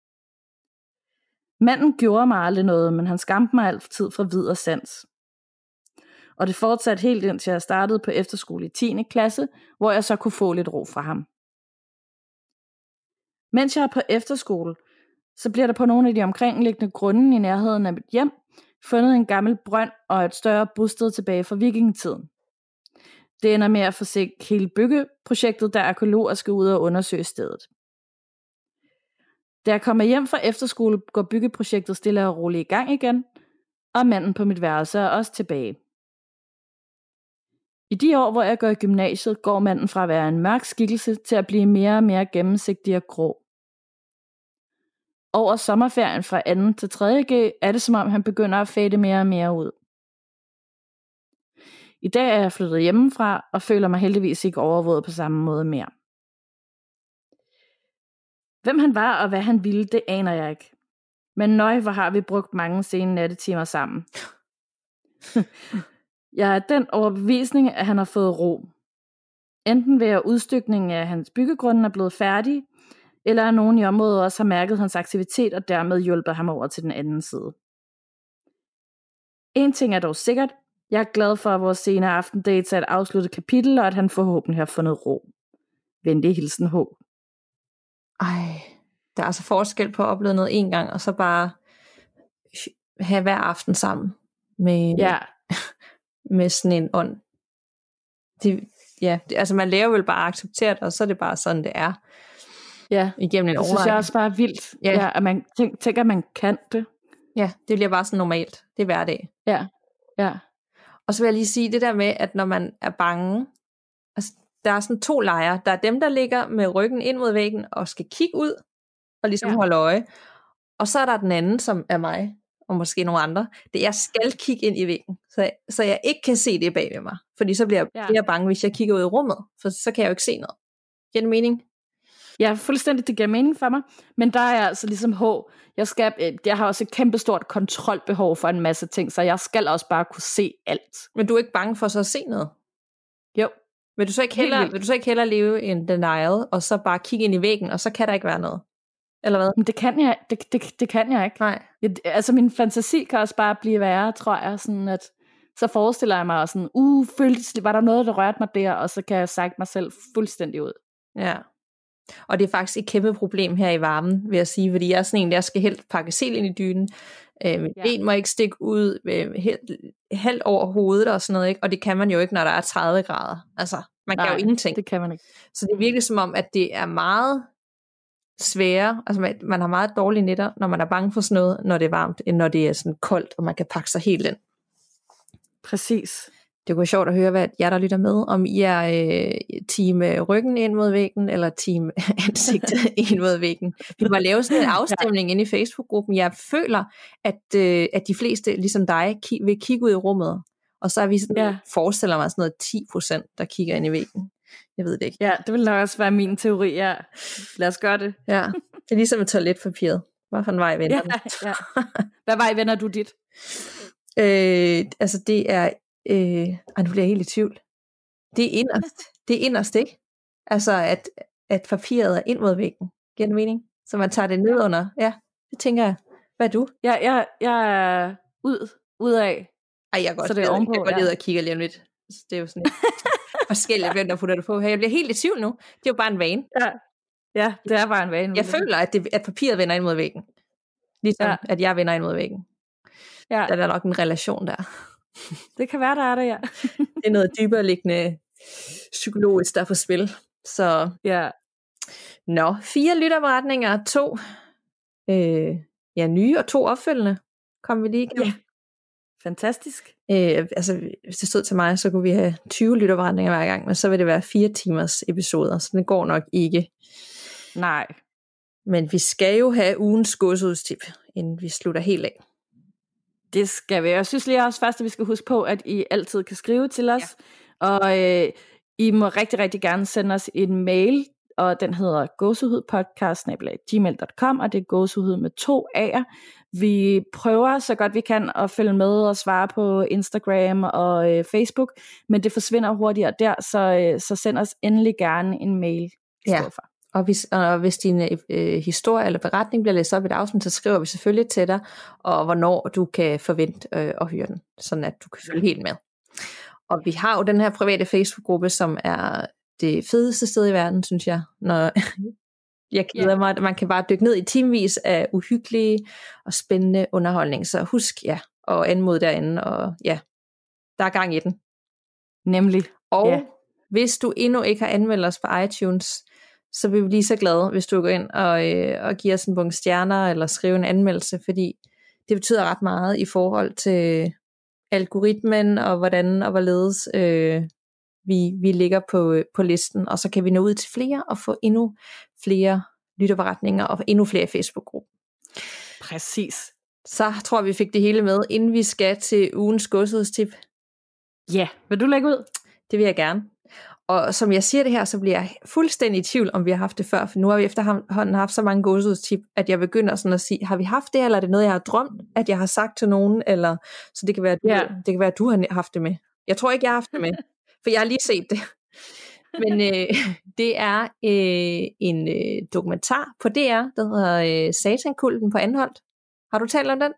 Manden gjorde mig aldrig noget, men han skamte mig altid fra vid og sans. Og det fortsatte helt indtil jeg startede på efterskole i 10. klasse, hvor jeg så kunne få lidt ro fra ham. Mens jeg er på efterskole, så bliver der på nogle af de omkringliggende grunde i nærheden af mit hjem fundet en gammel brønd og et større bosted tilbage fra vikingetiden. Det ender med at forsinke hele byggeprojektet, da arkeologer skal ud og undersøge stedet. Da jeg kommer hjem fra efterskole, går byggeprojektet stille og roligt i gang igen, og manden på mit værelse er også tilbage. I de år, hvor jeg går i gymnasiet, går manden fra at være en mørk skikkelse til at blive mere og mere gennemsigtig og grå. Over sommerferien fra 2. til 3. G er det som om han begynder at fade mere og mere ud. I dag er jeg flyttet hjemmefra og føler mig heldigvis ikke overvåget på samme måde mere. Hvem han var og hvad han ville, det aner jeg ikke. Men nøj, hvor har vi brugt mange sene nattetimer sammen. Jeg er den overbevisning, at han har fået ro. Enten ved at udstykningen af hans byggegrunden er blevet færdig, eller at nogen i området også har mærket hans aktivitet og dermed hjulpet ham over til den anden side. En ting er dog sikkert. Jeg er glad for, at vores senere aftendates er et afsluttet kapitel, og at han forhåbentlig har fundet ro. Venlig hilsen H. Ej, der er altså forskel på at opleve noget en gang, og så bare have hver aften sammen med sådan en ånd. Altså man lærer vel bare at acceptere det, og så er det bare sådan, det er. Ja, igennem en det synes jeg også bare er vildt, at man tænker, at man kan det. Ja, det bliver bare sådan normalt. Det er hverdag. Ja. Og så vil jeg lige sige det der med, at når man er bange, altså der er sådan 2 lejre. Der er dem, der ligger med ryggen ind mod væggen og skal kigge ud og ligesom holde øje. Og så er der den anden, som er mig, og måske nogle andre. Det jeg skal kigge ind i væggen, så jeg ikke kan se det bag ved mig. Fordi så bliver jeg bange, hvis jeg kigger ud i rummet. For så kan jeg jo ikke se noget. Giver det mening? Ja, fuldstændig, det giver mening for mig. Men der er altså ligesom jeg har også et kæmpestort kontrolbehov for en masse ting, så jeg skal også bare kunne se alt. Men du er ikke bange for så at se noget? Vil du så ikke hellere leve en denial, og så bare kigge ind i væggen, og så kan der ikke være noget? Eller hvad? Men det kan jeg ikke. Nej. Altså min fantasi kan også bare blive værre, tror jeg, sådan at så forestiller jeg mig sådan, var der noget, der rørte mig der, og så kan jeg sætte mig selv fuldstændig ud. Ja. Og det er faktisk et kæmpe problem her i varmen, vil jeg sige, fordi jeg er sådan en, der skal helt pakke selv ind i dynen. Mit ben må ikke stikke ud halvt over hovedet og sådan noget, ikke? Og det kan man jo ikke, når der er 30 grader. Altså, man kan jo ingenting. Det kan man ikke. Så det er virkelig som om, at det er meget sværere, altså man har meget dårlige nætter, når man er bange for sådan noget, når det er varmt, end når det er sådan koldt, og man kan pakke sig helt ind. Præcis. Det kunne være sjovt at høre, hvad jer, der lytter med, om I er team ryggen ind mod væggen, eller team ansigtet ind mod væggen. Vi må lave sådan en afstemning inde i Facebook-gruppen. Jeg føler, at de fleste, ligesom dig, vil kigge ud i rummet, og så er vi sådan, forestiller mig sådan noget 10%, der kigger ind i væggen. Jeg ved det ikke. Ja, det vil nok også være min teori, ja. Lad os gøre det. Ja, det er ligesom med toiletpapiret. Hvad for en vej vender den? Ja. Hvad vej vender du dit? Altså det er nu bliver jeg helt i tvivl. Det er inderst. Det er inderst, ikke? Altså at papiret er ind mod væggen. Giver det mening? Så man tager det ned under. Ja, det tænker jeg. Hvad er du? Jeg er ud af. Ej, jeg går så det er ovenpå. Jeg går ned og kigger lige om lidt. Så det er jo sådan forskelligt, hvem der putter det på her. Jeg bliver helt i tvivl nu. Det er jo bare en vane. Ja, det er bare en vane. Jeg føler, at papiret vender ind mod væggen. Ligesom at jeg vender ind mod væggen. Ja. Der er nok en relation der. Det kan være, der er det, ja. Det er noget dybere liggende psykologisk, der er på spil. Så 4 lytterberetninger, 2 nye og 2 opfølgende. Kom vi lige igennem. Ja. Fantastisk. Altså, hvis det stod til mig, så kunne vi have 20 lytterberetninger hver gang, men så vil det være 4 timers episoder, så det går nok ikke. Nej. Men vi skal jo have ugens gåsehudstip, inden vi slutter helt af. Det skal vi. Jeg synes lige også først, at vi skal huske på, at I altid kan skrive til os. Ja. Og I må rigtig, rigtig gerne sende os en mail, og den hedder gåsehudpodcast@gmail.com, og det er gåsehud med 2 A'er. Vi prøver så godt vi kan at følge med og svare på Instagram og Facebook, men det forsvinder hurtigere der, så send os endelig gerne en mail i stedet for. Og hvis din historie eller beretning bliver læst op i et afsnit, så skriver vi selvfølgelig til dig, og hvornår du kan forvente at høre den, sådan at du kan følge helt med. Og vi har jo den her private Facebook-gruppe, som er det fedeste sted i verden, synes jeg, når jeg glæder mig, at man kan bare dykke ned i timevis af uhyggelige og spændende underholdning. Så husk at anmode derinde, og der er gang i den. Nemlig. Og hvis du endnu ikke har anmeldt os på iTunes, så vil vi blive så glade, hvis du går ind og giver os en bunke stjerner, eller skriver en anmeldelse, fordi det betyder ret meget i forhold til algoritmen, og hvordan og hvorledes vi ligger på listen, og så kan vi nå ud til flere, og få endnu flere lytterberetninger, og endnu flere Facebook-grupper. Præcis. Så tror jeg, vi fik det hele med, inden vi skal til ugens gåsehudstip. Ja, vil du lægge ud? Det vil jeg gerne. Og som jeg siger det her, så bliver jeg fuldstændig i tvivl, om vi har haft det før, for nu har vi efterhånden haft så mange gåsehudstip, at jeg begynder sådan at sige, har vi haft det, eller er det noget, jeg har drømt, at jeg har sagt til nogen, eller så det kan være, det kan være, at du har haft det med. Jeg tror ikke, jeg har haft det med, for jeg har lige set det. Men det er en dokumentar på DR, der hedder Satankulten på Anholt. Har du talt om den?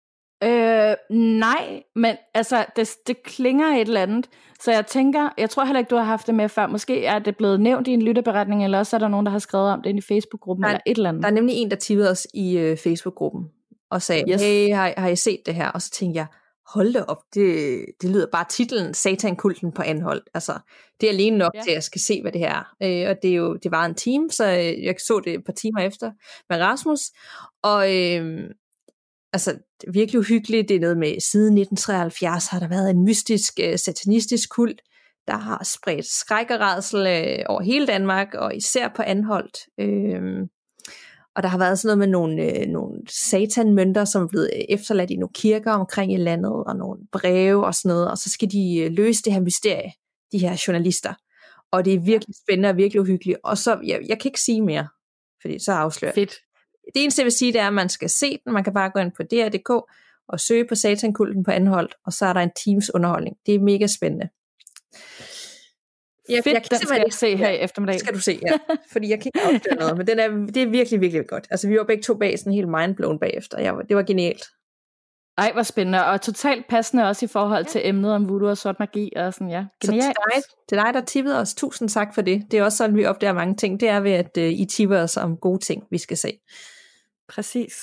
Nej, men altså det klinger et eller andet, så jeg tror heller ikke, du har haft det med før. Måske er det blevet nævnt i en lytterberetning, eller også er der nogen, der har skrevet om det inde i Facebook-gruppen, eller et eller andet. Der er nemlig en, der tippede os i Facebook-gruppen, og sagde, hey, har I set det her? Og så tænkte jeg, hold da op, det lyder bare titlen Satankulten på Anholt. Altså, det er alene nok til, at jeg skal se, hvad det her er. Og det var en time, så jeg så det et par timer efter med Rasmus, og altså, virkelig uhyggeligt. Det er noget med, siden 1973 har der været en mystisk, satanistisk kult, der har spredt skræk og rædsel over hele Danmark, og især på Anholt. Og der har været sådan noget med nogle satanmønter, som er blevet efterladt i nogle kirker omkring i landet, og nogle breve og sådan noget, og så skal de løse det her mysterie, de her journalister. Og det er virkelig spændende og virkelig uhyggeligt. Og så, jeg kan ikke sige mere, fordi så afslører fedt. Det eneste jeg vil sige, det er, at man skal se den. Man kan bare gå ind på DR.dk og søge på Satankulten på Anholt, og så er der en Teams underholdning. Det er mega spændende. Fedt, jeg den skal jeg se her i eftermiddag. Det skal du se, ja. Fordi jeg kan ikke afsløre noget, men det er virkelig, virkelig godt. Altså, vi var begge to bag sådan helt mindblown bagefter. Det var genialt. Ej, hvor spændende, og totalt passende også i forhold til emnet om voodoo og sort magi, og sådan, ja, genialt. Så til dig, der tippede os, tusind tak for det. Det er også sådan, vi opdager mange ting. Det er ved, at I tipper os om gode ting, vi skal se. Præcis.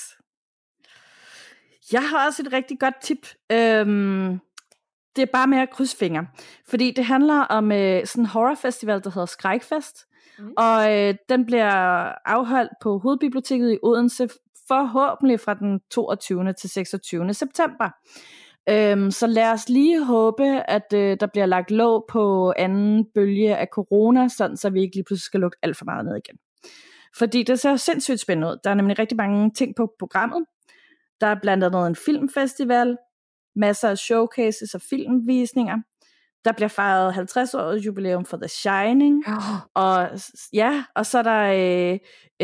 Jeg har også et rigtig godt tip. Det er bare med at krydse fingre. Fordi det handler om sådan en horrorfestival, der hedder Skrækfest. Og den bliver afholdt på Hovedbiblioteket i Odense, forhåbentlig fra den 22. til 26. september. Så lad os lige håbe, at der bliver lagt låg på anden bølge af corona, sådan så vi ikke lige pludselig skal lukke alt for meget ned igen. Fordi det ser sindssygt spændende ud. Der er nemlig rigtig mange ting på programmet. Der er blandt andet en filmfestival, masser af showcases og filmvisninger. Der bliver fejret 50-års jubilæum for The Shining. Og så er der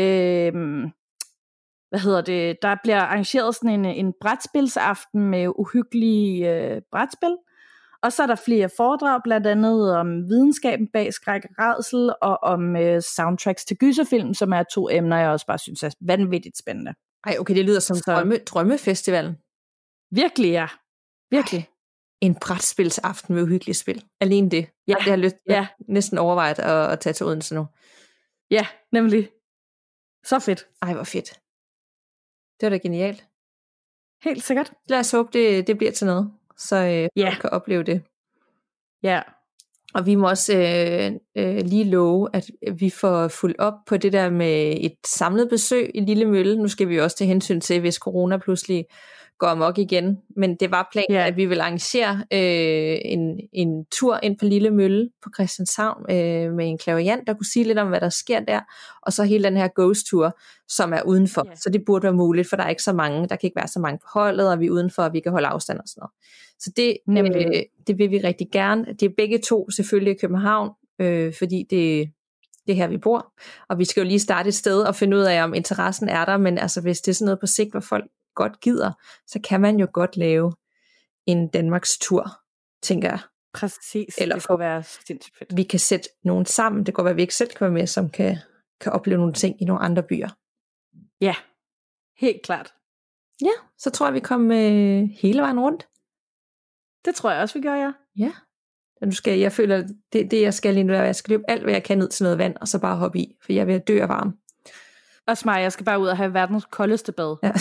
der bliver arrangeret sådan en brætspilsaften med uhyggelige brætspil. Og så er der flere foredrag, blandt andet om videnskaben bag skræk og rædsel, og om soundtracks til gyserfilm, som er 2 emner, jeg også bare synes er vanvittigt spændende. Ej, okay, det lyder som drømmefestivalen. Virkelig, ja. Virkelig. Ej, en brætspilsaften med uhyggelige spil. Alene det. Ja. Det har lyst næsten overvejet at tage til Odense nu. Ja, nemlig. Så fedt. Ej, hvor fedt. Det var da genialt. Helt sikkert. Lad os håbe, det bliver til noget, så folk kan opleve det. Ja. Og vi må også lige love, at vi får fulgt op på det der med et samlet besøg i Lille Mølle. Nu skal vi også til hensyn til, hvis corona pludselig går amok igen. Men det var planen, at vi vil arrangere en tur ind på Lille Mølle på Christianshavn med en clairvoyant, der kunne sige lidt om, hvad der sker der. Og så hele den her ghost-tur, som er udenfor. Så det burde være muligt, for der er ikke så mange. Der kan ikke være så mange på holdet, og vi er udenfor, og vi kan holde afstand og sådan noget. Så det vil vi rigtig gerne. Det er begge to selvfølgelig i København, fordi det er her, vi bor. Og vi skal jo lige starte et sted og finde ud af, om interessen er der. Men altså, hvis det er sådan noget på sigt, hvor folk godt gider, så kan man jo godt lave en Danmarks tur, tænker jeg. Præcis, eller det kunne være sindssygt fedt. Vi kan sætte nogen sammen. Det kan være, at vi ikke selv kan være med, som kan opleve nogle ting i nogle andre byer. Ja, helt klart. Ja, så tror jeg, vi kommer hele vejen rundt. Det tror jeg også, vi gør, ja. Ja. Jeg føler, det jeg skal lige nu, er, at jeg skal løbe alt, hvad jeg kan ned til noget vand, og så bare hoppe i, for jeg er ved at dø af varme. Også mig, jeg skal bare ud og have verdens koldeste bad. Ja.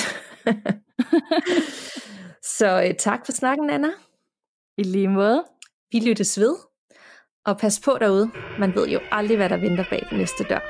Så tak for snakken, Anna. I lige måde. Vi lyttes ved, og pas på derude. Man ved jo aldrig, hvad der venter bag den næste dør.